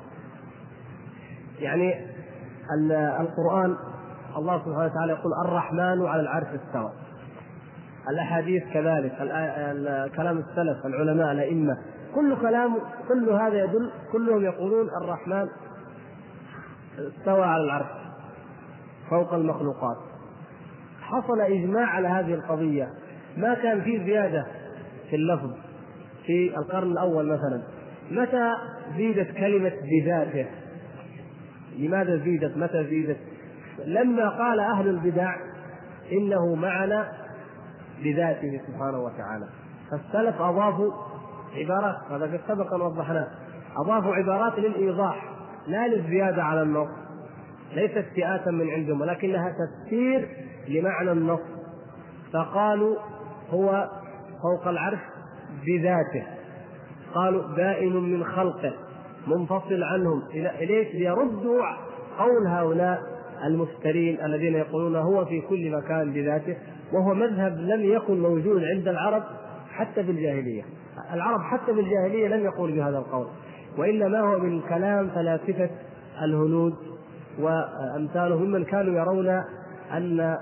يعني القرآن الله سبحانه وتعالى يقول الرحمن على العرش استوى، الأحاديث كذلك، كلام السلف العلماء الأئمة، كل كلام كل هذا يدل، كلهم يقولون الرحمن استوى على العرش فوق المخلوقات. حصل إجماع على هذه القضية، ما كان فيه زيادة في اللفظ. في القرن الأول مثلا متى زيدت كلمة بذاته؟ لماذا زيدت؟ متى زيدت؟ لما قال أهل البدع إنه معنا بذاته سبحانه وتعالى، فالسلف أضافوا عبارات، هذا قد سبق أن وضحناه، أضافوا عبارات للإيضاح لا للزيادة على النص، ليست استئاثا من عندهم ولكنها تفسير لمعنى النص. فقالوا هو فوق العرش بذاته، قالوا بائن من خلقه منفصل عنهم، إليك ليردوا قول هؤلاء المفترين الذين يقولون هو في كل مكان بذاته، وهو مذهب لم يكن موجود عند العرب حتى بالجاهلية. العرب حتى بالجاهلية لم يقولوا بهذا القول، وإنما هو من كلام فلاسفة الهنود وأمثالهم ممن كانوا يرون أن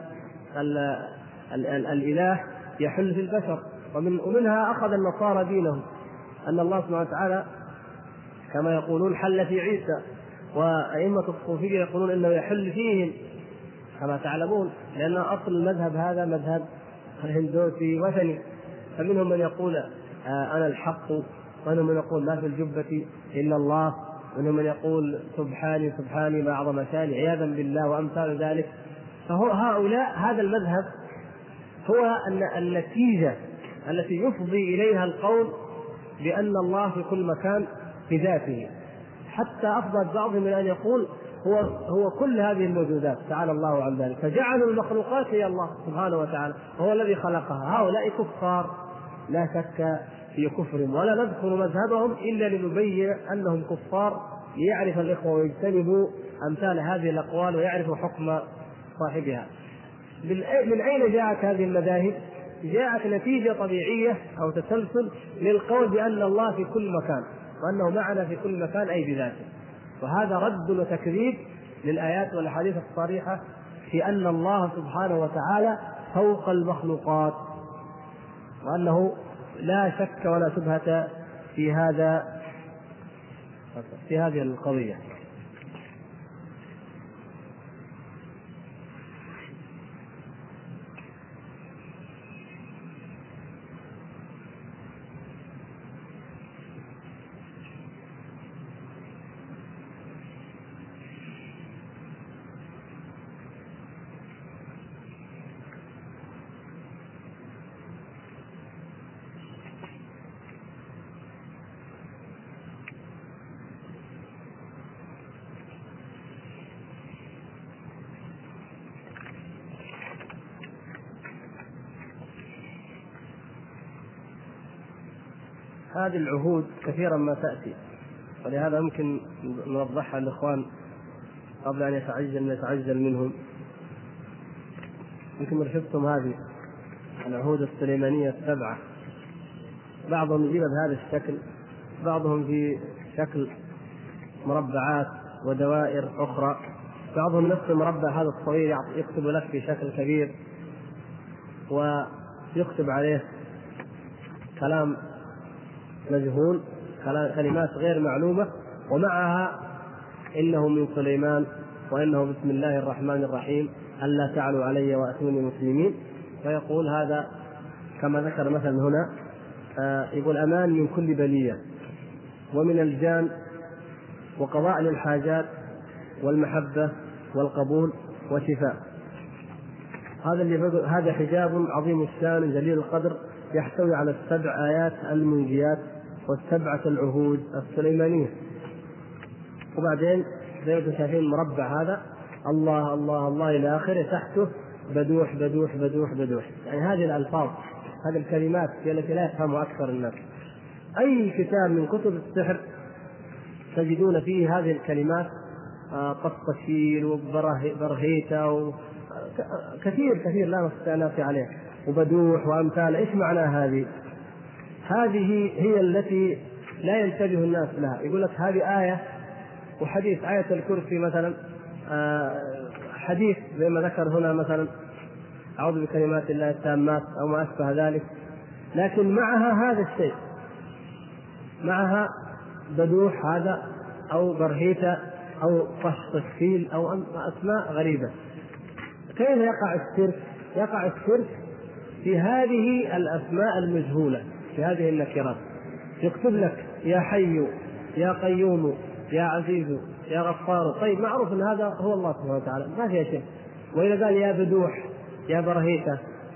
الإله يحل في البشر. ومن ومنها أخذ النصارى دينهم، أن الله سبحانه وتعالى كما يقولون حل في عيسى، وأئمة الصوفية يقولون إنه يحل فيهم كما تعلمون، لأن أصل المذهب هذا مذهب هندوسي وثني. فمنهم من يقول آه أنا الحق، ومنهم من يقول ما في الجبة إلا الله، ومنهم من يقول سبحاني سبحاني ما أعظم شاني عياذا بالله وأمثال ذلك. فهو هؤلاء هذا المذهب هو أن النتيجة التي يفضي إليها القول بأن الله في كل مكان بذاته، حتى أفضل بعضهم من أن يقول هو هو كل هذه الموجودات تعالى الله عن ذلك، فجعلوا المخلوقات هي الله سبحانه وتعالى وهو الذي خلقها. هؤلاء كفار لا شك في كفرهم، ولا نذكر مذهبهم إلا لنبين أنهم كفار، ليعرف الإخوة ويجتنبوا أمثال هذه الأقوال ويعرفوا حكم صاحبها. من أين جاءت هذه المذاهب؟ جاءت نتيجة طبيعية أو تسلسل للقول بأن الله في كل مكان، وأنه معنا في كل مكان أي بذاته. وهذا رد وتكذيب للآيات والأحاديث الصريحة في أن الله سبحانه وتعالى فوق المخلوقات، وأنه لا شك ولا شبهة في هذا في هذه القضية. هذه العهود كثيرا ما تأتي، ولهذا ممكن نوضحها للإخوان قبل أن يتعجل يتعجل منهم. يمكن رشفتم هذه العهود السليمانية السبعة، بعضهم يجيبها بهذا الشكل، بعضهم في شكل مربعات ودوائر أخرى، بعضهم نفس المربع هذا الصغير يكتب لك في شكل كبير ويكتب عليه كلام مجهول، كلمات غير معلومة، ومعها إنه من سليمان وإنه بسم الله الرحمن الرحيم ألا تعلوا علي وأتوني مسلمين. فيقول هذا كما ذكر مثلا هنا، يقول أمان من كل بلية ومن الجان وقضاء للحاجات والمحبة والقبول وشفاء. هذا اللي هذا حجاب عظيم الشان جليل القدر يحتوي على السبع آيات المنجيات والسبعة العهود السليمانية. وبعدين زي ما شايفين المربع هذا الله الله الله إلى آخره، تحته بدوح بدوح بدوح بدوح، يعني هذه الألفاظ هذه الكلمات هي التي لا يفهمها أكثر الناس. أي كتاب من كتب السحر تجدون فيه هذه الكلمات، قصشيل وبرهيتا كثير كثير لا نستأنف عليه، وبدوح وأمثال. إيش معنى هذه؟ هذه هي التي لا ينتبه الناس لها. يقول لك هذه آية وحديث، آية الكرسي مثلا، حديث زي ما ذكر هنا مثلا أعوذ بكلمات الله التامات أو ما أشبه ذلك، لكن معها هذا الشيء، معها بدوح هذا أو برهيتا أو قشطشيل أو أسماء غريبة. كيف يقع الشرك؟ يقع الشرك في هذه الأسماء المجهولة، في هذه النكرات. يكتب لك يا حي يا قيوم يا عزيز يا غفار، طيب معروف أن هذا هو الله سبحانه وتعالى، ما فيها شيء. وإذا قال يا بدوح يا برهيتا،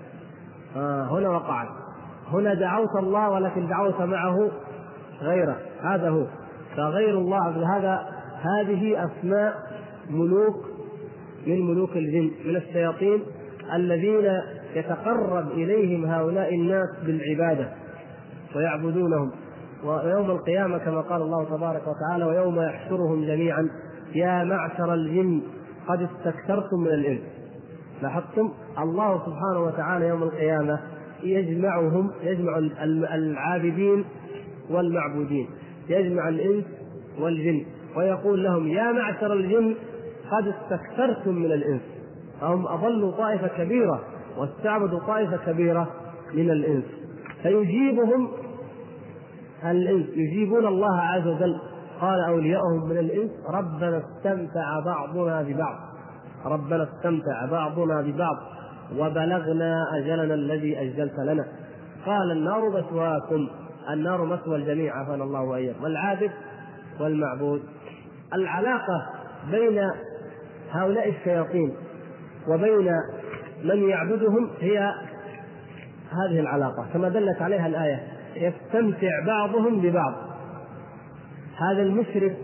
آه هنا وقعت، هنا دعوت الله ولكن دعوت معه غيره، هذا هو فغير الله. هذا هذه أسماء ملوك من ملوك الجن، من الشياطين الذين يتقرب إليهم هؤلاء الناس بالعبادة ويعبدونهم. ويوم القيامة كما قال الله تبارك وتعالى ويوم يحشرهم جميعا يا معشر الجن قد استكثرتم من الإنس. لاحظتم الله سبحانه وتعالى يوم القيامة يجمعهم، يجمع العابدين والمعبودين، يجمع الإنس والجن ويقول لهم يا معشر الجن قد استكثرتم من الإنس. هم أضلوا طائفة كبيرة واستعبدوا طائفة كبيرة من الإنس، فيجيبهم الإنس، يجيبون الله عز وجل. قال أولياؤهم من الإنس ربنا استمتع بعضنا ببعض، ربنا استمتع بعضنا ببعض وبلغنا أجلنا الذي أجلت لنا. قال النار مثواكم، النار مثوى الجميع عافانا الله وإياكم. والعابد والمعبود، العلاقة بين هؤلاء الشياطين وبين من يعبدهم هي هذه العلاقة كما دلت عليها الآية، يستمتع بعضهم ببعض. هذا المشرك،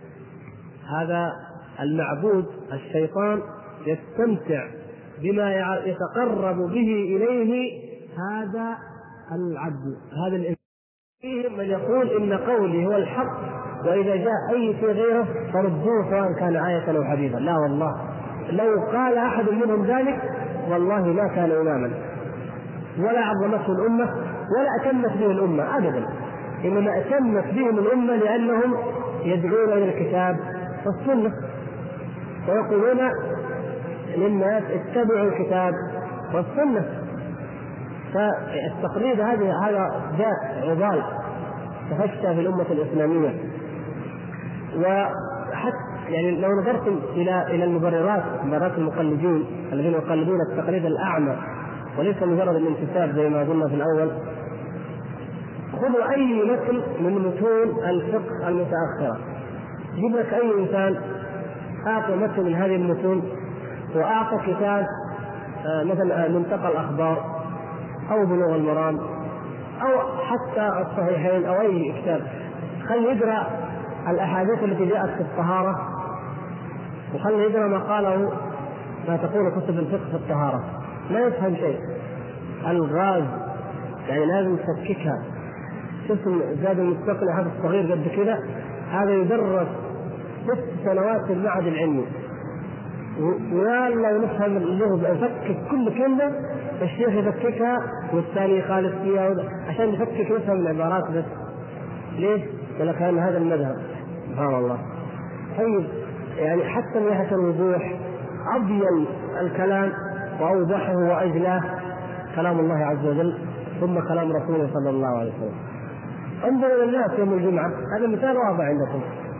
هذا المعبود الشيطان يستمتع بما يتقرب به إليه هذا العبد، هذا الإنسان. فيهم من يقول إن قولي هو الحق وإذا جاء أي شيء غيره فردوه سواء كان آية أو حديثا. لا والله، لو قال أحد منهم ذلك والله ما كان إماما ولا عظمته الأمة ولا أتمت به الأمة أبدا، إنما أتمت بهم الأمة لأنهم يدعون إلى الكتاب والسنة ويقولون للناس اتبعوا الكتاب والسنة. فالتقليد هذا هذا داء عضال تفشى في الأمة الإسلامية. وحتى يعني لو نظرتم إلى إلى المبررات، مبررات المقلدين الذين يقلدون التقليد الأعمى وليس مجرد الانتساب زي ما قلنا في الأول، خذوا أي متن من متون الفقه المتأخرة، جيب لك أي إنسان أعطى متن من هذه المتون وأعطى كتاب مثلا منتقى الأخبار أو بلوغ المرام أو حتى الصحيحين أو أي كتاب، خلي يقرأ الأحاديث التي جاءت في الطهارة وخلي يقرأ ما قاله ما تقول كتب الفقه في الطهارة، لا يفهم شيء. الغاز يعني لازم تفككها، شوف زاد المستقنع هذا الصغير قد كذا، هذا يدرس ست سنوات في المعهد العلمي، ويلا نفهم اللغة نفكك كل كلمة الشيخ يفككها والثاني يخالف فيها عشان يفكك نفهم العبارات بس. ليش؟ ولا كان هذا المذهب. سبحان الله. طيب يعني حتى من ناحية الوضوح أبين الكلام وأوضحه وأجلاه كلام الله عز وجل ثم كلام رسوله صلى الله عليه وسلم. انظروا الناس يوم الجمعة، هذا مثال واضح عندكم.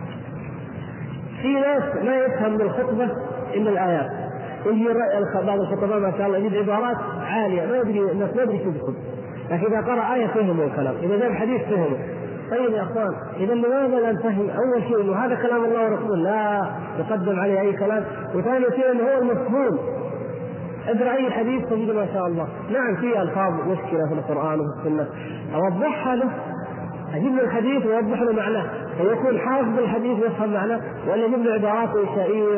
في ناس ما يفهم من الخطبة إلا الآيات، يجي بعض الخطباء ما شاء الله يجيب عبارات عالية ما يدري الناس ما يدري شو يقول، لكن إذا قرأ آية فهموا الكلام، إذا جاء الحديث فهموا. طيب يا أخوان، إذا لماذا لا نفهم أول شيء إنه هذا كلام الله ورسوله لا يقدم عليه أي كلام، وثاني شيء إنه هو المفهوم. اقرأ أي حديث تجد ما شاء الله نعم فيه ألفاظ مشكلة في القرآن وفي السنة، أوضحها له، أجيب له الحديث ويوضح له معناه فيكون حافظ الحديث ويفهم معناه، ولا يجيب له عبارات إنشائية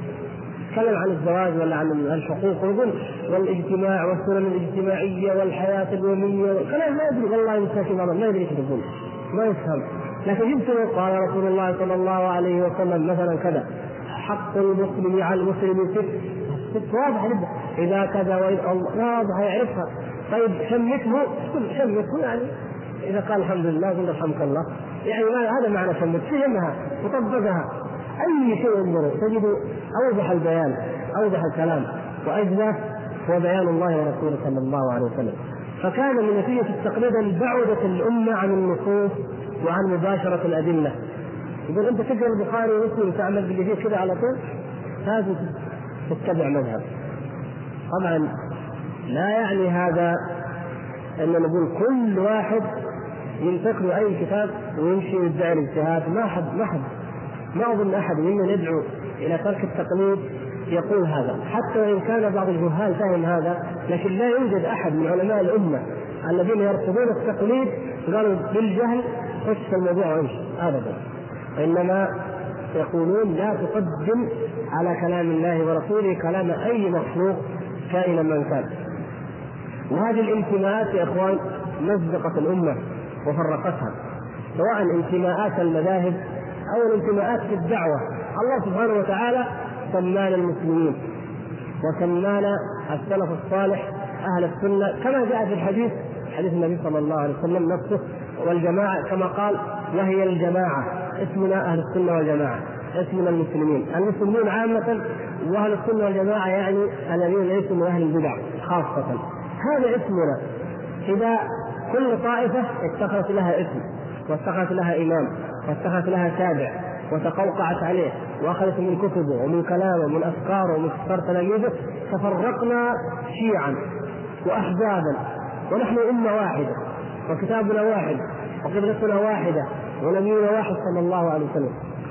يتكلم عن الزواج ولا عن الحقوق ويقول والاجتماع والسنن الاجتماعية والحياة اليومية والكلام ما يدري، والله مساكين ما يدري ايش يقول ما يفهم. لكن جبت قال رسول الله صلى الله عليه وسلم مثلا كذا، حق المسلم على المسلم ست واضح جدا، إذا كذا وإذا الله واضح يعرفها. طيب شمته شمته يعني إذا قال الحمد لله قل رحمك الله، يعني هذا معنى شمت، فهمها وطبقها. أي شيء انظروا تجدوا أوضح البيان أوضح الكلام وأجله هو بيان الله ورسوله صلى الله عليه وسلم. فكان من نتيجة التقليد أن بعدت الأمة عن النصوص وعن مباشرة الأدلة. يقول أنت تقرأ البخاري ومسلم وتعمل باللي فيه كذا على طول، هذا تتبع مذهب. طبعا لا يعني هذا أن نقول كل واحد ينتقل أي كتاب ويمشي يدعي الاجتهاد، ما حد ما حد ما أظن أحد منا يدعو إلى ترك التقليد يقول هذا، حتى وإن كان بعض الجهال فهم هذا، لكن لا يوجد أحد من علماء الأمة الذين يرفضون التقليد قالوا بالجهل خش في الموضوع وامشي أبدا، وإنما يقولون لا تقدم على كلام الله ورسوله كلام أي مخلوق كائنا من كان. وهذه الانتماءات يا إخوان مزقت الأمة وفرقتها، سواء انتماءات المذاهب أو الانتماءات في الدعوة. الله سبحانه وتعالى سمانا المسلمين وسمانا السلف الصالح أهل السنة، كما جاء في الحديث حديث النبي صلى الله عليه وسلم نفسه، والجماعة كما قال وهي الجماعة، اسمنا أهل السنة والجماعة، اسمنا المسلمين. المسلمين عامة وأهل السنة والجماعة يعني الذين ليسوا من أهل البدع خاصة، هذا اسمنا. إذا كل طائفة اتخذت لها اسم واتخذت لها إمام واتخذت لها تابع وتقوقعت عليه وأخذت من كتبه ومن كلامه ومن أفكاره ومن أفكار تلاميذه، تفرقنا شيعا وأحزابا، ونحن أمة واحدة وكتابنا واحد وقبلتنا واحدة ونبينا واحد صلى الله عليه وسلم.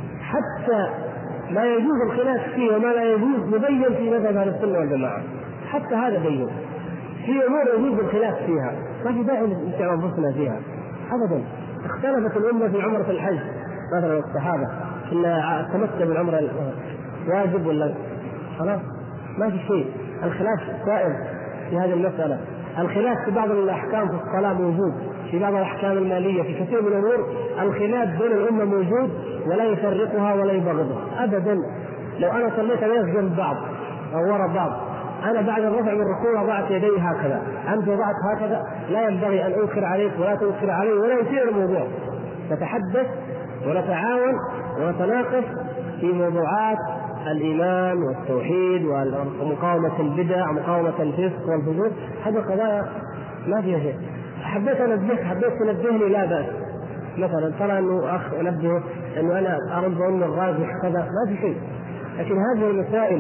حتى ما يجوز الخلاف فيه وما لا يجوز مبين في مذهب أهل السنة والجماعة، حتى هذا بين في أمور يجوز الخلاف فيها، ما في داعي نستعمل أنفسنا فيها أبدا. اختلفت الأمة في عمرة الحج مثلا الصحابة إن تمتع بالعمرة واجب ولا خلاص، ما في شيء. الخلاف سائر في هذه المسألة. الخلاف في بعض الأحكام في الصلاة موجود، في بعض الأحكام المالية، في كثير من الأمور الخلاف بين الأمة موجود ولا يفرقها ولا يبغضها أبدا. لو أنا صليت ناس جنب بعض أو وراء بعض، أنا بعد الرفع من الركوع وضعت يدي هكذا، أنت وضعت هكذا، لا ينبغي أن أنكر عليك ولا تنكر علي ولا يثير الموضوع. نتحدث ونتعاون ونتناقش في موضوعات الإيمان والتوحيد ومقاومة البدع ومقاومة الفسق والفجور، هذه قضايا ما فيها شيء. حبيت أنبهك حبيت تنبهني لا بأس، مثلا ترى أنه أخ أنبهه أنه أنا أرد أن الراجح كذا، ما في شيء. لكن هذه المسائل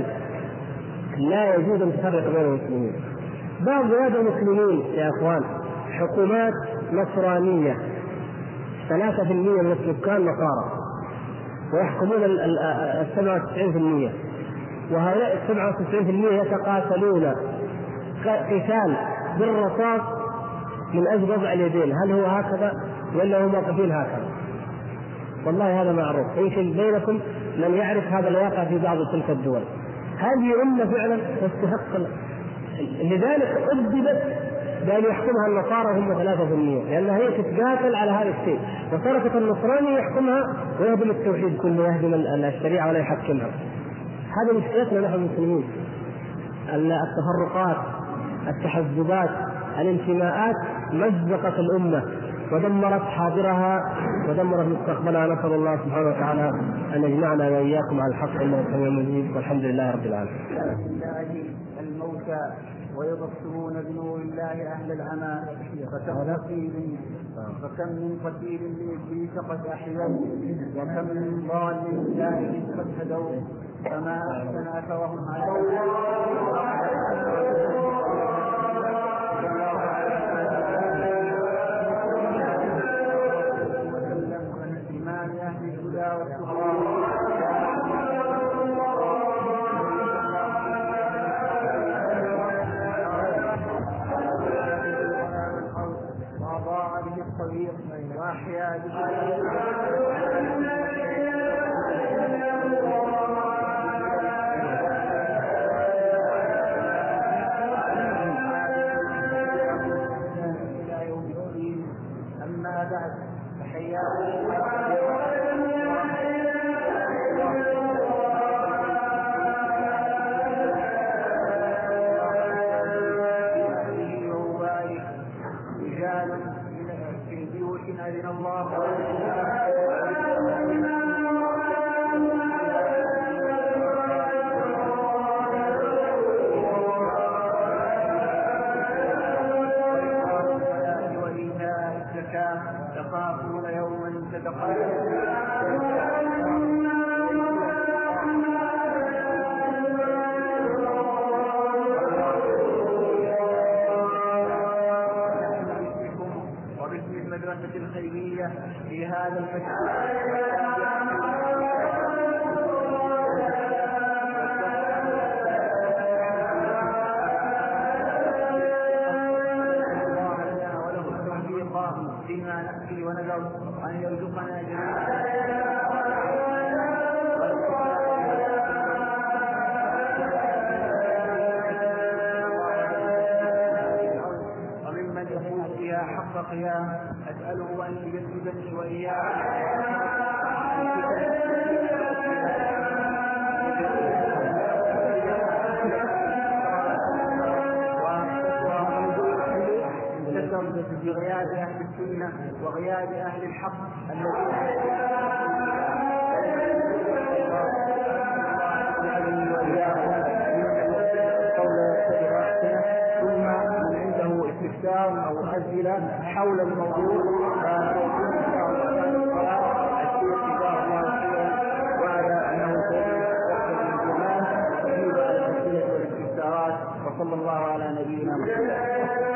لا يجوز أن تفرق بين المسلمين. بعض بلاد المسلمين يا أخوان حكومات نصرانية، ثلاثة في المئة من السكان نصارى ويحكمون السبعة وتسعين في المئة، وهؤلاء السبعة وتسعين في المئة يتقاتلون قتال بالرصاص من أجل وضع اليدين، هل هو هكذا ولا هم واقفين هكذا؟ والله هذا معروف، يمكن بينكم من يعرف هذا الواقع في بعض تلك الدول. هذه أمة فعلا تستحق، لذلك أدبت بأن يحكمها النصارى هم ثلاثة في المئة، لأنها هي تتقاتل على هذا الشيء، وتركت النصراني يحكمها ويهدم التوحيد كله ويهدم الشريعة ولا يحكمها. هذه مشكلتنا نحن المسلمين، التفرقات، التحزبات، الانتماءات مزقت الأمة ودمرت حاضرها ودمرت مستقبلها. نسأل الله سبحانه وتعالى أن يجمعنا وإياكم على الحق إنه سميع مجيب، والحمد لله رب العالمين. الموتى ويبصرون بنور الله أهل العمى، فكم من قتيل لإبليس قد أحيوا، وكم من ضال لله قد هدوا، فما أحسن أثرهم على أهل الهدى والتقى. وأضاع به الطريق وأحيا به إلى يوم الدين. أما بعد، فحياكم في بيوت أذن الله وإيتاء الزكاة، يخافون يوما تتقلب المدرسة الخيرية في هذا المكان. وله التوفيق فيما نحكي ونذر، أن يرزقنا جميعا حق قيام. أسأله أن يجنبني وإياه بغياب أهل السنة وغياب أهل الحق أو أسئلة حول الموضوع وعلى أنه وصلى الله على نبينا محمد.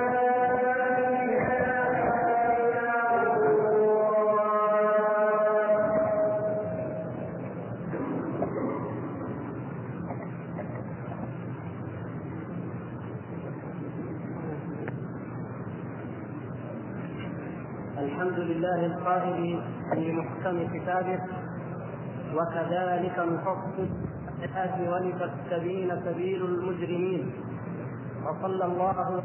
الحمد لله القائل في محكم كتابه: وكذلك نفصل الآيات ولتستبين سبيل المجرمين. وصلى الله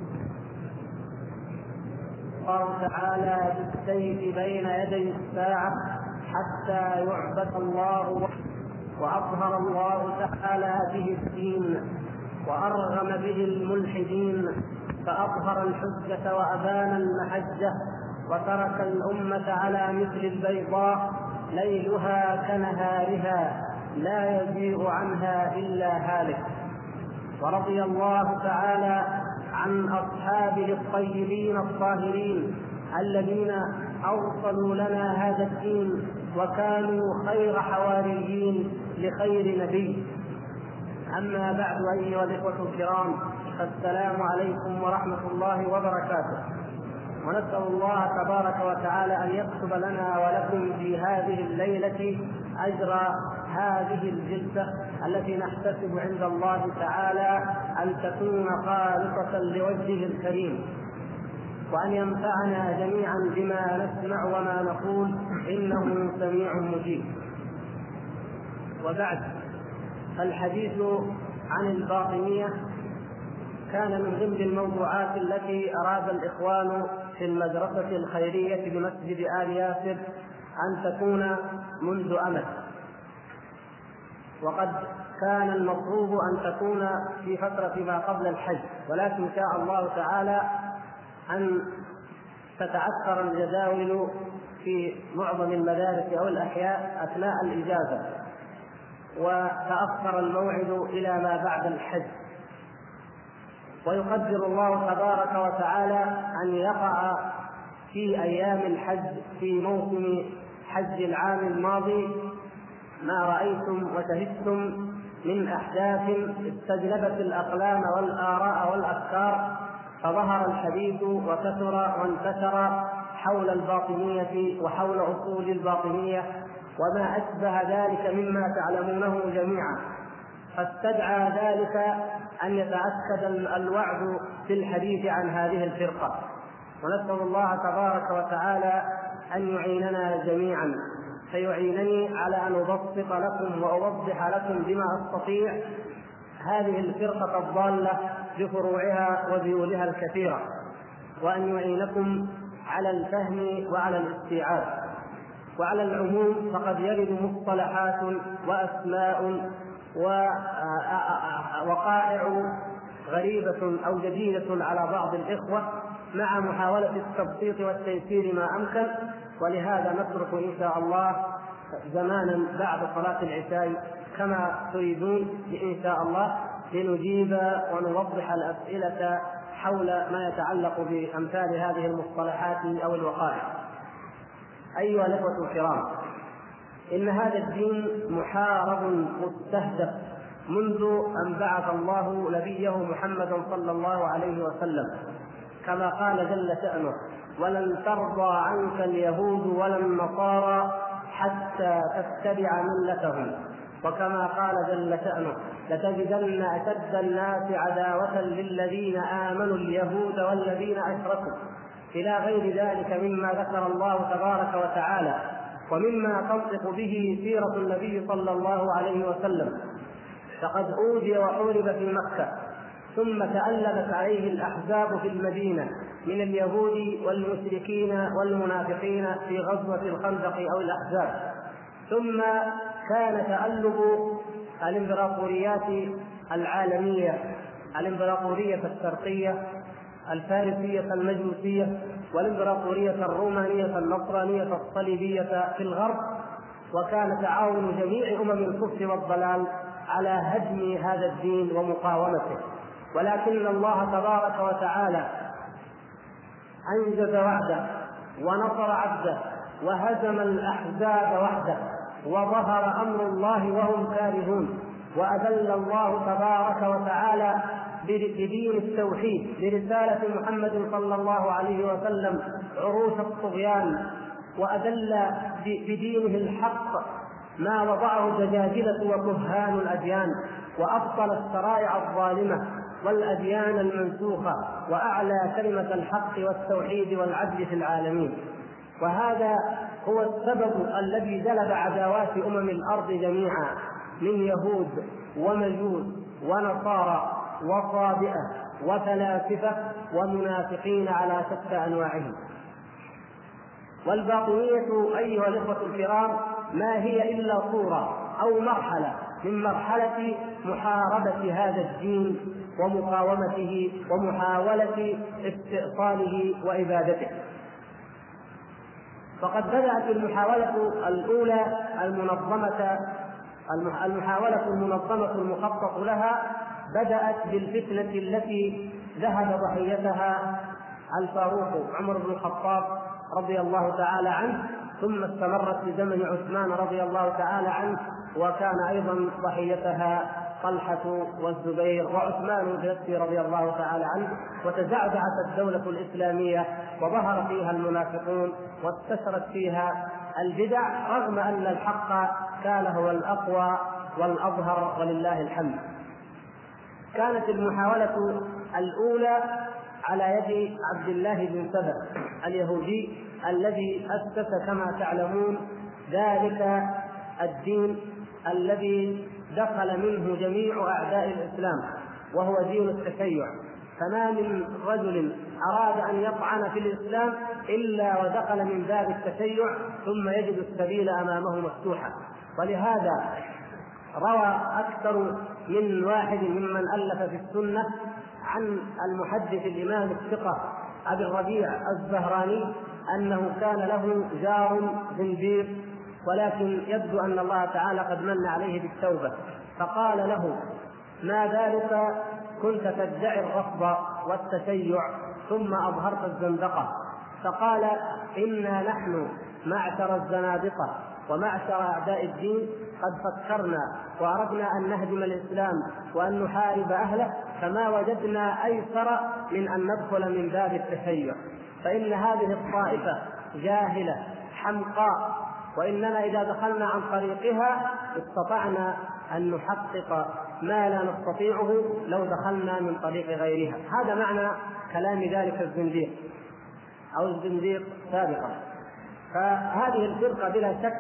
تعالى بالسيف بين يدي الساعة حتى يعبد الله، وأظهر الله تعالى به الدين وأرغم به الملحدين، فأظهر الحجة وأبان المحجة، وترك الأمة على مثل البيضاء ليلها كنهارها لا يزيغ عنها إلا هالك. ورضي الله تعالى عن أصحابه الطيبين الطاهرين الذين أوصلوا لنا هذا الدين وكانوا خير حواريين لخير نبي. أما بعد، أيها الإخوة الكرام، فالسلام عليكم ورحمة الله وبركاته. ونسأل الله تبارك وتعالى أن يكتب لنا ولكم في هذه الليلة أجر هذه الجلسة التي نحتسب عند الله تعالى أن تكون خالصة لوجهه الكريم، وأن ينفعنا جميعا بما نسمع وما نقول، إنه سميع مجيب. وبعد، فالحديث عن الباطنية كان من ضمن الموضوعات التي أراد الإخوان في المدرسة الخيرية بمسجد آل ياسر أن تكون منذ أمد، وقد كان المطلوب أن تكون في فترة ما قبل الحج، ولكن شاء الله تعالى أن تتعثر الجداول في معظم المدارس أو الأحياء أثناء الإجازة، وتأخر الموعد إلى ما بعد الحج. ويقدر الله تبارك وتعالى أن يقع في أيام الحج في موسم حج العام الماضي ما رأيتم وشهدتم من أحداث استجلبت الأقلام والآراء والأفكار، فظهر الحديث وكثر وانتشر حول الباطنية وحول أصول الباطنية وما أشبه ذلك مما تعلمونه جميعا، فاستدعى ذلك أن يتأكد الوعد في الحديث عن هذه الفرقة. ونسأل الله تبارك وتعالى أن يعيننا جميعا، فيعينني على أن أبسط لكم وأوضح لكم بما أستطيع هذه الفرقة الضالة بفروعها وذيولها الكثيرة، وأن يعينكم على الفهم وعلى الاستيعاب. وعلى العموم فقد يرد مصطلحات وأسماء ووقائع غريبة أو جديدة على بعض الإخوة مع محاولة التبسيط والتيسير ما أمكن، ولهذا نترك إن شاء الله زمانا بعد صلاة العشاء كما تريدون إن شاء الله لنجيب ونوضح الأسئلة حول ما يتعلق بأمثال هذه المصطلحات أو الوقائع. أيها الأخوة الكرام، إن هذا الدين محارب مستهدف منذ أن بعث الله نبيه محمدا صلى الله عليه وسلم، كما قال جل شأنه: ولن ترضى عنك اليهود ولا النصارى حتى تتبع ملتهم. وكما قال جل شأنه: لتجدن أشد الناس عداوة للذين آمنوا اليهود والذين أشركوا، إلى غير ذلك مما ذكر الله تبارك وتعالى ومما تنطق به سيرة النبي صلى الله عليه وسلم. فقد أوذي وحورب في مكة، ثم تألبت عليه الأحزاب في المدينة من اليهود والمشركين والمنافقين في غزوة الخندق أو الأحزاب، ثم كان تألب الإمبراطوريات العالمية، الإمبراطورية الشرقية الفارسية المجوسية والإمبراطورية الرومانية النصرانية الصليبية في الغرب، وكان تعاون جميع أمم الكفر والضلال على هدم هذا الدين ومقاومته. ولكن الله تبارك وتعالى أنجز وعده ونصر عبده وهزم الأحزاب وحده، وظهر أمر الله وهم كارهون، وأذل الله تبارك وتعالى بدين التوحيد برسالة محمد صلى الله عليه وسلم عروش الطغيان، وأذل بدينه الحق ما وضعه دجاجلة وكهان الأديان، وأبطل الشرائع الظالمة والأديان المنسوخة، وأعلى كلمة الحق والتوحيد والعدل في العالمين. وهذا هو السبب الذي جلب عداوات أمم الأرض جميعا من يهود ومجوس ونصارى وصابئة وفلاسفة ومنافقين على شتى أنواعهم. والباطنية أيها الإخوة الكرام ما هي إلا صورة أو مرحلة من مرحلة محاربة هذا الدين ومقاومته ومحاولة استئصاله وإبادته. فقد بدأت المحاولة الأولى المنظمة المحاولة المنظمة المخطط لها بدأت بالفتنة التي ذهب ضحيتها الفاروق عمر بن الخطاب رضي الله تعالى عنه، ثم استمرت في زمن عثمان رضي الله تعالى عنه، وكان أيضا ضحيتها طلحة والزبير وعثمان بنفسه رضي الله تعالى عنه. وتزعزعت الدولة الإسلامية وظهر فيها المنافقون واستشرت فيها البدع، رغم أن الحق كان هو الأقوى والأظهر ولله الحمد. كانت المحاولة الأولى على يد عبد الله بن سبأ اليهودي الذي أسس كما تعلمون ذلك الدين الذي دخل منه جميع أعداء الإسلام، وهو دين التشيع. فما من رجل أراد أن يطعن في الإسلام إلا ودخل من باب التشيع ثم يجد السبيل أمامه مفتوحا. ولهذا روى أكثر من واحد ممن ألف في السنة عن المحدث الإمام الثقة أبي الربيع الزهراني أنه كان له جار زنديق، ولكن يبدو أن الله تعالى قد من عليه بالتوبة، فقال له: ما ذلك كنت تدعي الرفض والتشيع ثم أظهرت الزندقة؟ فقال: إنا نحن معشر الزنادقة ومعشر أعداء الدين قد فكرنا وأردنا أن نهدم الإسلام وأن نحارب أهله، فما وجدنا أيسر من أن ندخل من باب التشيع، فإن هذه الطائفة جاهلة حمقاء، وإننا إذا دخلنا عن طريقها استطعنا أن نحقق ما لا نستطيعه لو دخلنا من طريق غيرها. هذا معنى كلام ذلك الزنديق أو الزنديق سابقا. فهذه الفرقة بلا شك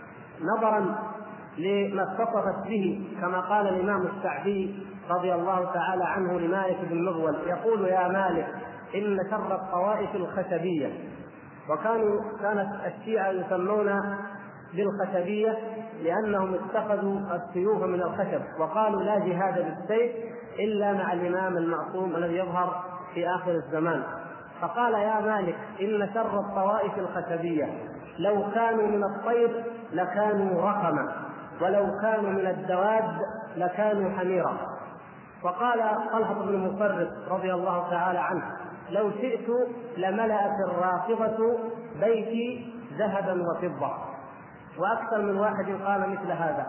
نظرا لما اتصفت به، كما قال الإمام السعدي رضي الله تعالى عنه لمالك بن مغول يقول: يا مالك إن شر الطوائف الخشبية. وكانوا كانت الشيعة يسمون بالخشبية لأنهم اتخذوا السيوف من الخشب، وقالوا: لا جهاد بالسيف إلا مع الإمام المعصوم الذي يظهر في آخر الزمان. فقال: يا مالك إن شر الطوائف الخشبية لو كانوا من الطير لكانوا رقما، ولو كانوا من الدواب لكانوا حميرا. وقال طلحة بن مفرد رضي الله تعالى عنه: لو شئت لملأت الرافضة بيتي ذهبا وفضة. وأكثر من واحد قال مثل هذا.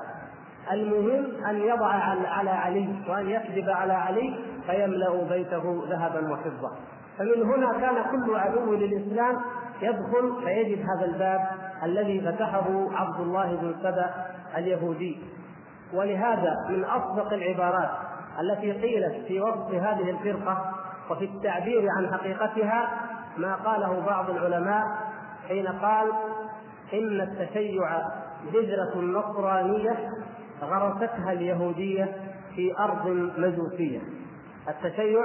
المهم أن يضع على علي وأن يكذب على علي فيملأ بيته ذهبا وفضة. فمن هنا كان كل عدو للإسلام يدخل فيجد هذا الباب الذي فتحه عبد الله بن سبأ اليهودي. ولهذا من أصدق العبارات التي قيلت في وصف هذه الفرقة وفي التعبير عن حقيقتها ما قاله بعض العلماء حين قال: إن التشيع بذرة نصرانية غرستها اليهودية في أرض مجوسية. التشيع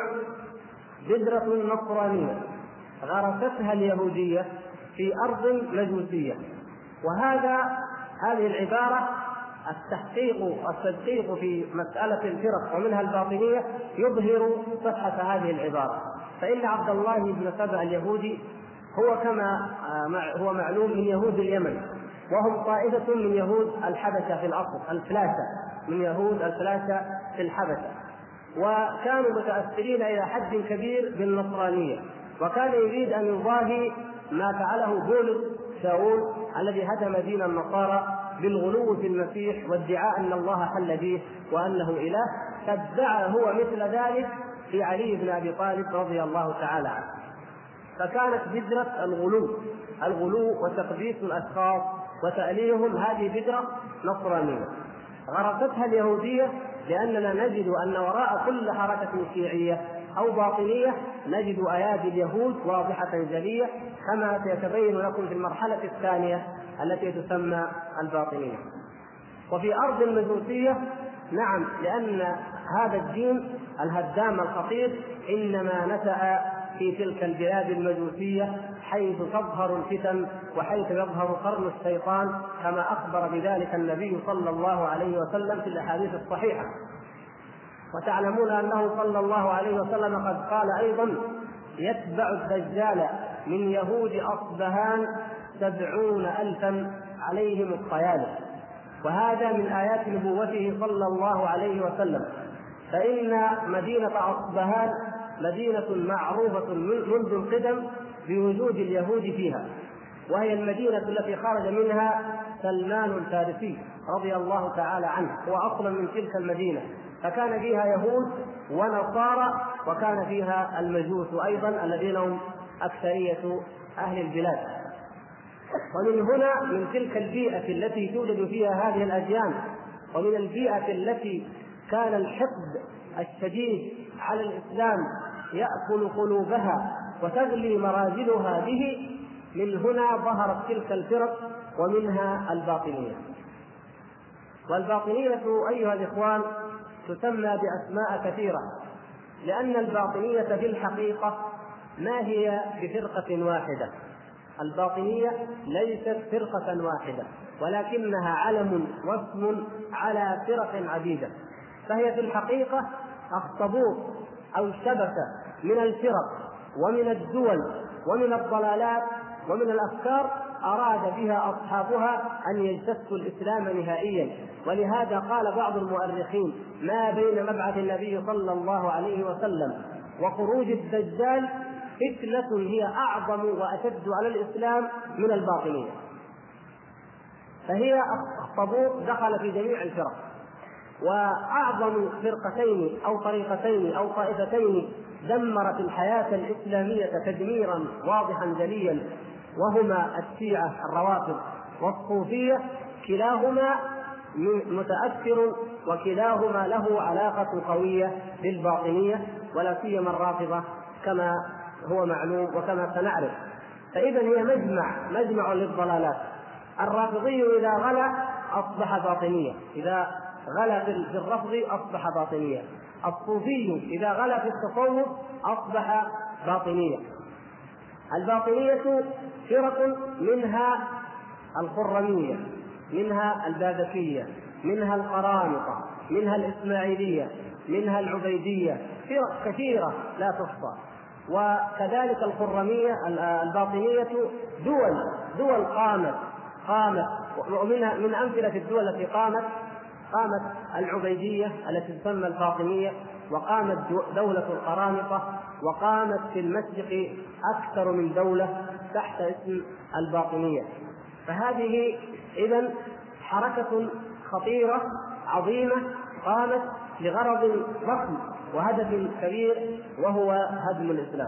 بذرة نصرانية غرستها اليهودية في أرض مجوسية. وهذا هذه العبارة التحقيق والتدقيق في مسألة الفرق ومنها الباطنية يظهر صحة هذه العبارة. فإن عبد الله بن سبأ اليهودي هو كما هو معلوم من يهود اليمن، وهم طائفة من يهود الحبشة في الأصل، الفلاشة من يهود الفلاشة في الحبشة، وكانوا متأثرين إلى حد كبير بالنصرانية، وكان يريد أن يضاهي ما فعله بولس شاول الذي هدم دين النصارى بالغلو في المسيح وادعاء أن الله حل به وأنه إله، فادعى هو مثل ذلك في علي بن أبي طالب رضي الله تعالى عنه. فكانت بذرة الغلو الغلو وتقديس الأشخاص وتأليههم هذه بذرة نصرانية غرستها اليهودية، لأننا نجد أن وراء كل حركة شيعية أو باطنية نجد أيادي اليهود واضحة جلية، كما سيتبين لكم في المرحلة الثانية التي تسمى الباطنية. وفي أرض المجوسية نعم، لأن هذا الدين الهدام الخطير إنما نشأ في تلك البلاد المجوسية حيث تظهر الفتن وحيث يظهر قرن الشيطان، كما أخبر بذلك النبي صلى الله عليه وسلم في الأحاديث الصحيحة. وتعلمون أنه صلى الله عليه وسلم قد قال أيضا: يتبع الدجال من يهود أصبهان سبعون ألفا عليهم الطيالس. وهذا من آيات نبوته صلى الله عليه وسلم. فإن مدينة أصبهان مدينة معروفة منذ القدم بوجود اليهود فيها، وهي المدينة التي خرج منها سلمان الفارسي رضي الله تعالى عنه، هو أصلا من تلك المدينة، فكان فيها يهود ونصارى، وكان فيها المجوس أيضا الذين هم أكثرية أهل البلاد. ومن هنا من تلك البيئة التي توجد فيها هذه الأديان، ومن البيئة التي كان الحقد الشديد على الإسلام يأكل قلوبها وتغلي مراجلها به، من هنا ظهرت تلك الفرق ومنها الباطنية. والباطنية أيها الإخوان تسمى بأسماء كثيرة، لأن الباطنية في الحقيقة ما هي بفرقة واحدة، الباطنية ليست فرقة واحدة، ولكنها علم واسم على فرق عديدة، فهي في الحقيقة أخطبوط أو شبكة من الفرق ومن الدول ومن الضلالات ومن الأفكار أراد بها أصحابها أن يجتثوا الإسلام نهائيا. ولهذا قال بعض المؤرخين: ما بين مبعث النبي صلى الله عليه وسلم وخروج الدجال فتنة هي أعظم وأشد على الإسلام من الباطنية. فهي أخطبوط دخل في جميع الفرق، وأعظم فرقتين أو طريقتين أو طائفتين دمرت الحياة الإسلامية تدميرا واضحا جليا وهما الشيعة الروافض والصوفية، كلاهما متأثر وكلاهما له علاقة قوية بالباطنية، ولا سيما الرافضة كما هو معلوم وكما سنعرف. فإذا هي مجمع مجمع للضلالات. الرافضي إذا غلا أصبح باطنية، إذا غلا في الرفض أصبح باطنية. الصوفي إذا غلا في التصوف أصبح باطنية. الباطنية فرق منها الخرمية، منها البابكية، منها القرامطة، منها الإسماعيلية، منها العبيدية، فرق كثيرة لا تحصى. وكذلك الخرمية الباطنية دول دول قامت قامت ومنها من أمثلة الدول التي قامت قامت العبيدية التي تسمى الفاطمية، وقامت دولة القرامطة، وقامت في المشرق أكثر من دولة تحت اسم الباطنية. فهذه إذن حركة خطيرة عظيمة قامت لغرض ضخم وهدف كبير وهو هدم الإسلام.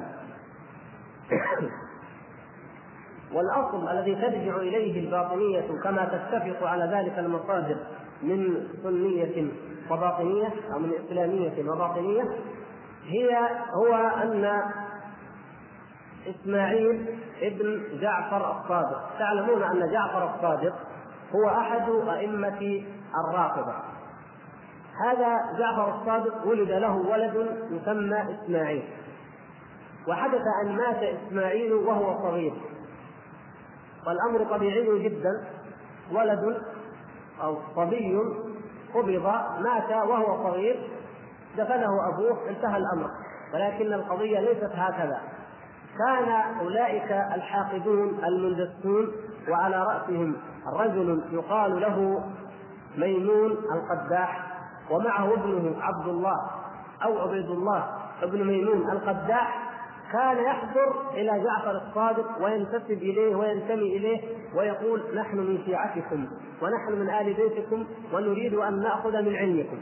والأصل الذي ترجع إليه الباطنية كما تتفق على ذلك المصادر من سنية وباطنية أو من إسلامية وباطنية هي هو أن إسماعيل ابن جعفر الصادق، تعلمون أن جعفر الصادق هو أحد أئمة الرافضة. هذا جعفر الصادق ولد له ولد يسمى إسماعيل، وحدث أن مات إسماعيل وهو صغير، والأمر طبيعي جدا، ولد أو صبي قبض مات وهو صغير دفنه أبوه انتهى الأمر. ولكن القضية ليست هكذا، كان أولئك الحاقدون المندسون وعلى رأسهم رجل يقال له ميمون القداح، ومعه ابنه عبد الله أو عبيد الله ابن ميمون القداح، كان يحضر إلى جعفر الصادق وينتسب إليه وينتمي إليه ويقول: نحن من شيعتكم ونحن من آل بيتكم ونريد أن نأخذ من علمكم.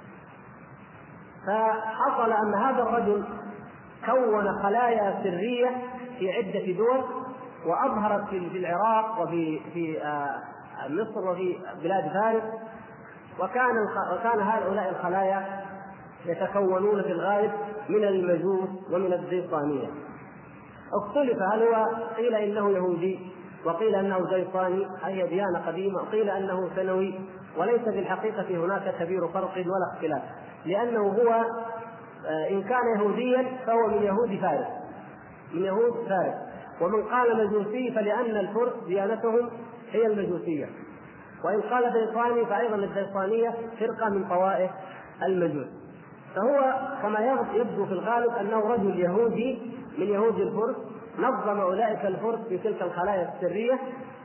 فحصل أن هذا الرجل كون خلايا سرية في عدة دول، وأظهرت في العراق وفي في مصر وفي بلاد فارس، وكان وكان هؤلاء الخلايا يتكونون في الغالب من المجوس ومن الزيطانية. اختلف هل هو قيل إنه يهودي وقيل أنه زيطاني أي ديانة قديمة، وقيل أنه سنوي، وليس في الحقيقة هناك كبير فرق ولا اختلاف، لأنه هو إن كان يهوديا فهو من يهود فارس من يهود فارس ومن قال مجوسي فلأن الفرس ديانتهم هي المجوسية، وإن قال زيطاني فأيضا الزيطانية فرقة من طوائف المجوس. فهو كما يبدو في الغالب أنه رجل يهودي من يهود الفرس، نظم أولئك الفرس في تلك الخلايا السرية،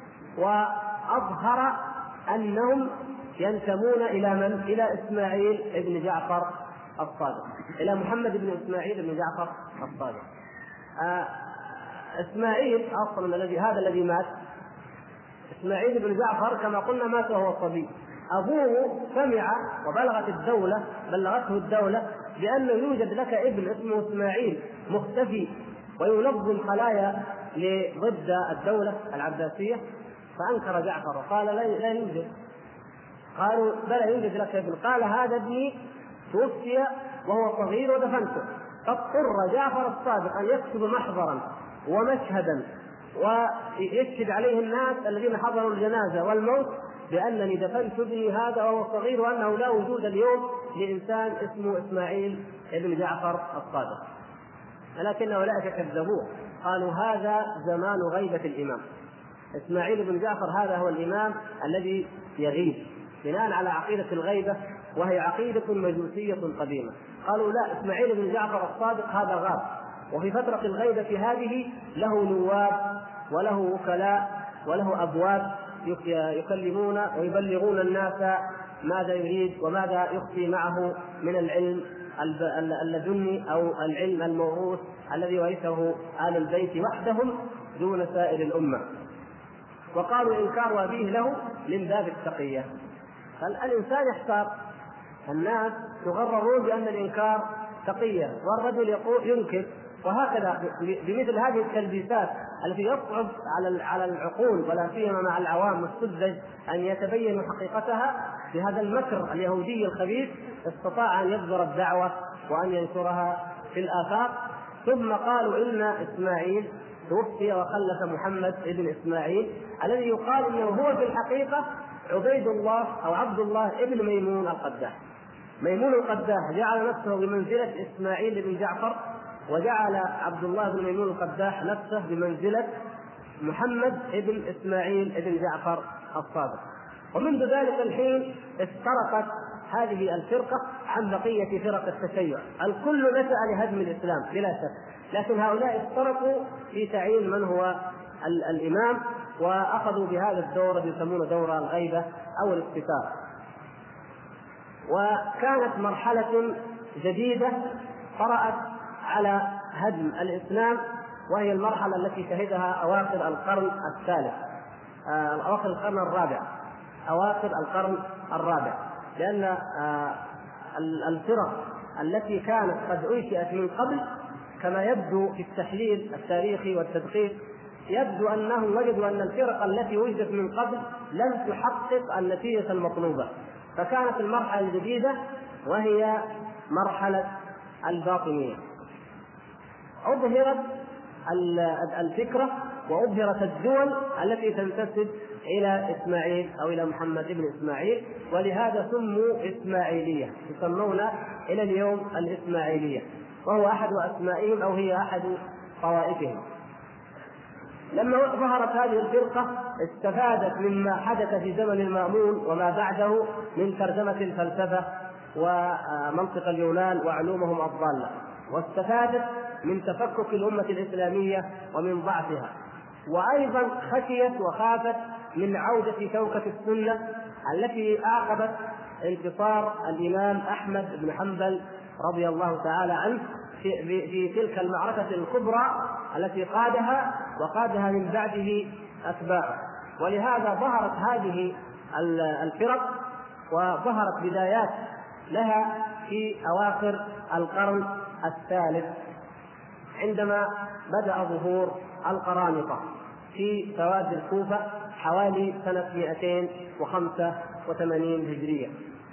وأظهر أنهم ينتمون إلى من؟ إلى إسماعيل ابن جعفر الصادق، إلى محمد بن إسماعيل بن جعفر الصادق. آه إسماعيل أصلا الذي هذا الذي مات إسماعيل بن جعفر كما قلنا مات وهو صبي. أبوه سمع وبلغت الدولة بلغته الدولة بأنه يوجد لك ابن اسمه إسماعيل مختفي وينظم خلايا ضد الدولة العباسية، فأنكر جعفر وقال لا يوجد. قالوا بلى يوجد لك ابن. قال هذا ابني توفي وهو صغير ودفنته. فاضطر جعفر الصادق أن يكتب محضرا ومشهدا ويشهد عليه الناس الذين حضروا الجنازة والموت بأنني دفنت ابني هذا وهو صغير، وأنه لا وجود اليوم لإنسان اسمه إسماعيل ابن جعفر الصادق، ولكن أولئك كذبوه، قالوا هذا زمان غيبة الإمام. إسماعيل بن جعفر هذا هو الإمام الذي يغيب بناء على عقيدة الغيبة، وهي عقيدة مجوسية قديمة. قالوا لا، إسماعيل بن جعفر الصادق هذا غاب، وفي فترة الغيبة هذه له نواب وله وكلاء وله أبواب يكلمون ويبلغون الناس ماذا يريد وماذا يخفي معه من العلم اللدني أو العلم الموروث الذي ورثه آل البيت وحدهم دون سائر الأمة. وقالوا إنكار أبيه له من باب التقية. فالإنسان يحتار، الناس يغررون بأن الإنكار تقية، والرجل يقول ينكر، وهكذا بمثل هذه التلبيسات التي يصعب على على العقول ولا سيما مع العوام السذج ان يتبينوا حقيقتها. بهذا المكر اليهودي الخبيث استطاع ان يبذر الدعوه وان ينشرها في الآفاق. ثم قالوا ان اسماعيل توفي وخلف محمد ابن اسماعيل الذي يقال انه هو في الحقيقه عبيد الله او عبد الله ابن ميمون القداح. ميمون القداح جعل نفسه بمنزله اسماعيل بن جعفر، وجعل عبد الله بن ميمون القداح نفسه بمنزلة محمد ابن إسماعيل ابن جعفر الصادق. ومنذ ذلك الحين افترقت هذه الفرقة عن بقية فرق التشيع. الكل نشأ لهدم الإسلام بلا شك، لكن هؤلاء افترقوا في تعيين من هو الإمام، وأخذوا بهذا الدور الذي يسمونه دور الغيبة أو الاستتار. وكانت مرحلة جديدة طرأت على هدم الإسلام، وهي المرحلة التي شهدها أواخر القرن الثالث، أواخر القرن الرابع أواخر القرن الرابع لأن الفرق التي كانت قد أنشئت من قبل كما يبدو في التحليل التاريخي والتدقيق، يبدو أنهم وجدوا أن الفرق التي وجدت من قبل لم تحقق النتيجة المطلوبة، فكانت المرحلة الجديدة وهي مرحلة الباطنية. أظهرت الفكرة وأظهرت الدول التي تنتسب إلى إسماعيل أو إلى محمد بن إسماعيل، ولهذا سموا إسماعيلية، يسمون إلى اليوم الإسماعيلية، وهو أحد أسمائهم أو هي أحد طوائفهم. لما ظهرت هذه الفرقة استفادت مما حدث في زمن المأمون وما بعده من ترجمة الفلسفة ومنطق اليونان وعلومهم الضالة، واستفادت من تفكك الأمة الإسلامية ومن ضعفها، وأيضا خشيت وخافت من عودة شوكة السنة التي أعقبت انتصار الإمام أحمد بن حنبل رضي الله تعالى عنه في, في تلك المعركة الكبرى التي قادها وقادها من بعده أتباعه. ولهذا ظهرت هذه الفرق وظهرت بدايات لها في أواخر القرن الثالث، عندما بدأ ظهور القرامطة في سواد الكوفة حوالي سنة مئتين وخمسة وثمانين هجرية.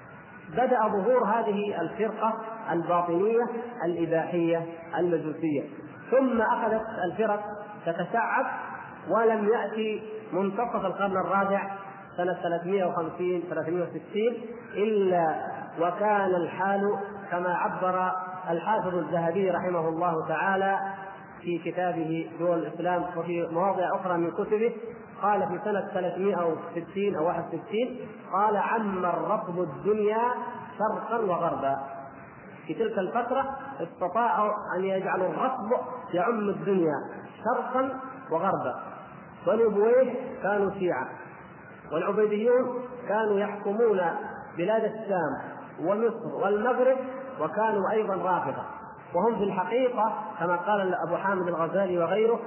بدأ ظهور هذه الفرقة الباطنية الإباحية المجوسية، ثم أخذت الفرق تتشعب، ولم يأتي منتصف القرن الرابع سنة ثلاثمائة وخمسين ثلاثمائة وستين إلا وكان الحال كما عبر الحافظ الذهبي رحمه الله تعالى في كتابه دول الإسلام وفي مواضع أخرى من كتبه، قال في سنة ثلاثمائة وستين أو واحد وستين قال: عم الرفض الدنيا شرقا وغربا. في تلك الفترة استطاعوا أن يجعلوا الرفض يعم الدنيا شرقا وغربا. بنو بويه كانوا شيعة، والعبيديون كانوا يحكمون بلاد الشام ومصر والمغرب، وكانوا أيضا رافضة، وهم في الحقيقة كما قال أبو حامد الغزالي وغيره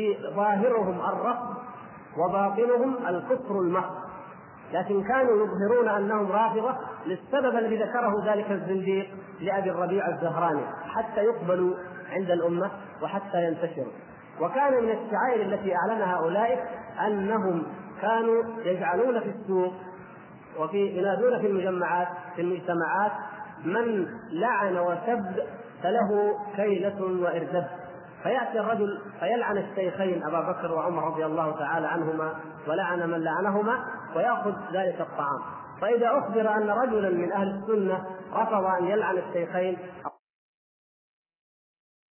ظاهرهم الرفض وباطنهم الكفر المحض، لكن كانوا يظهرون أنهم رافضة للسبب الذي ذكره ذلك الزنديق لأبي الربيع الزهراني حتى يقبلوا عند الأمة وحتى ينتشروا. وكان من الشعائر التي أعلنها أولئك أنهم كانوا يجعلون في السوق وفي ينادون في المجمعات في المجتمعات: من لعن وسب فله كيلة وإردب. فيأتي الرجل فيلعن الشيخين أبا بكر وعمر رضي الله تعالى عنهما ولعن من لعنهما ويأخذ ذلك الطعام، فإذا أخبر أن رجلا من أهل السنة رفض أن يلعن الشيخين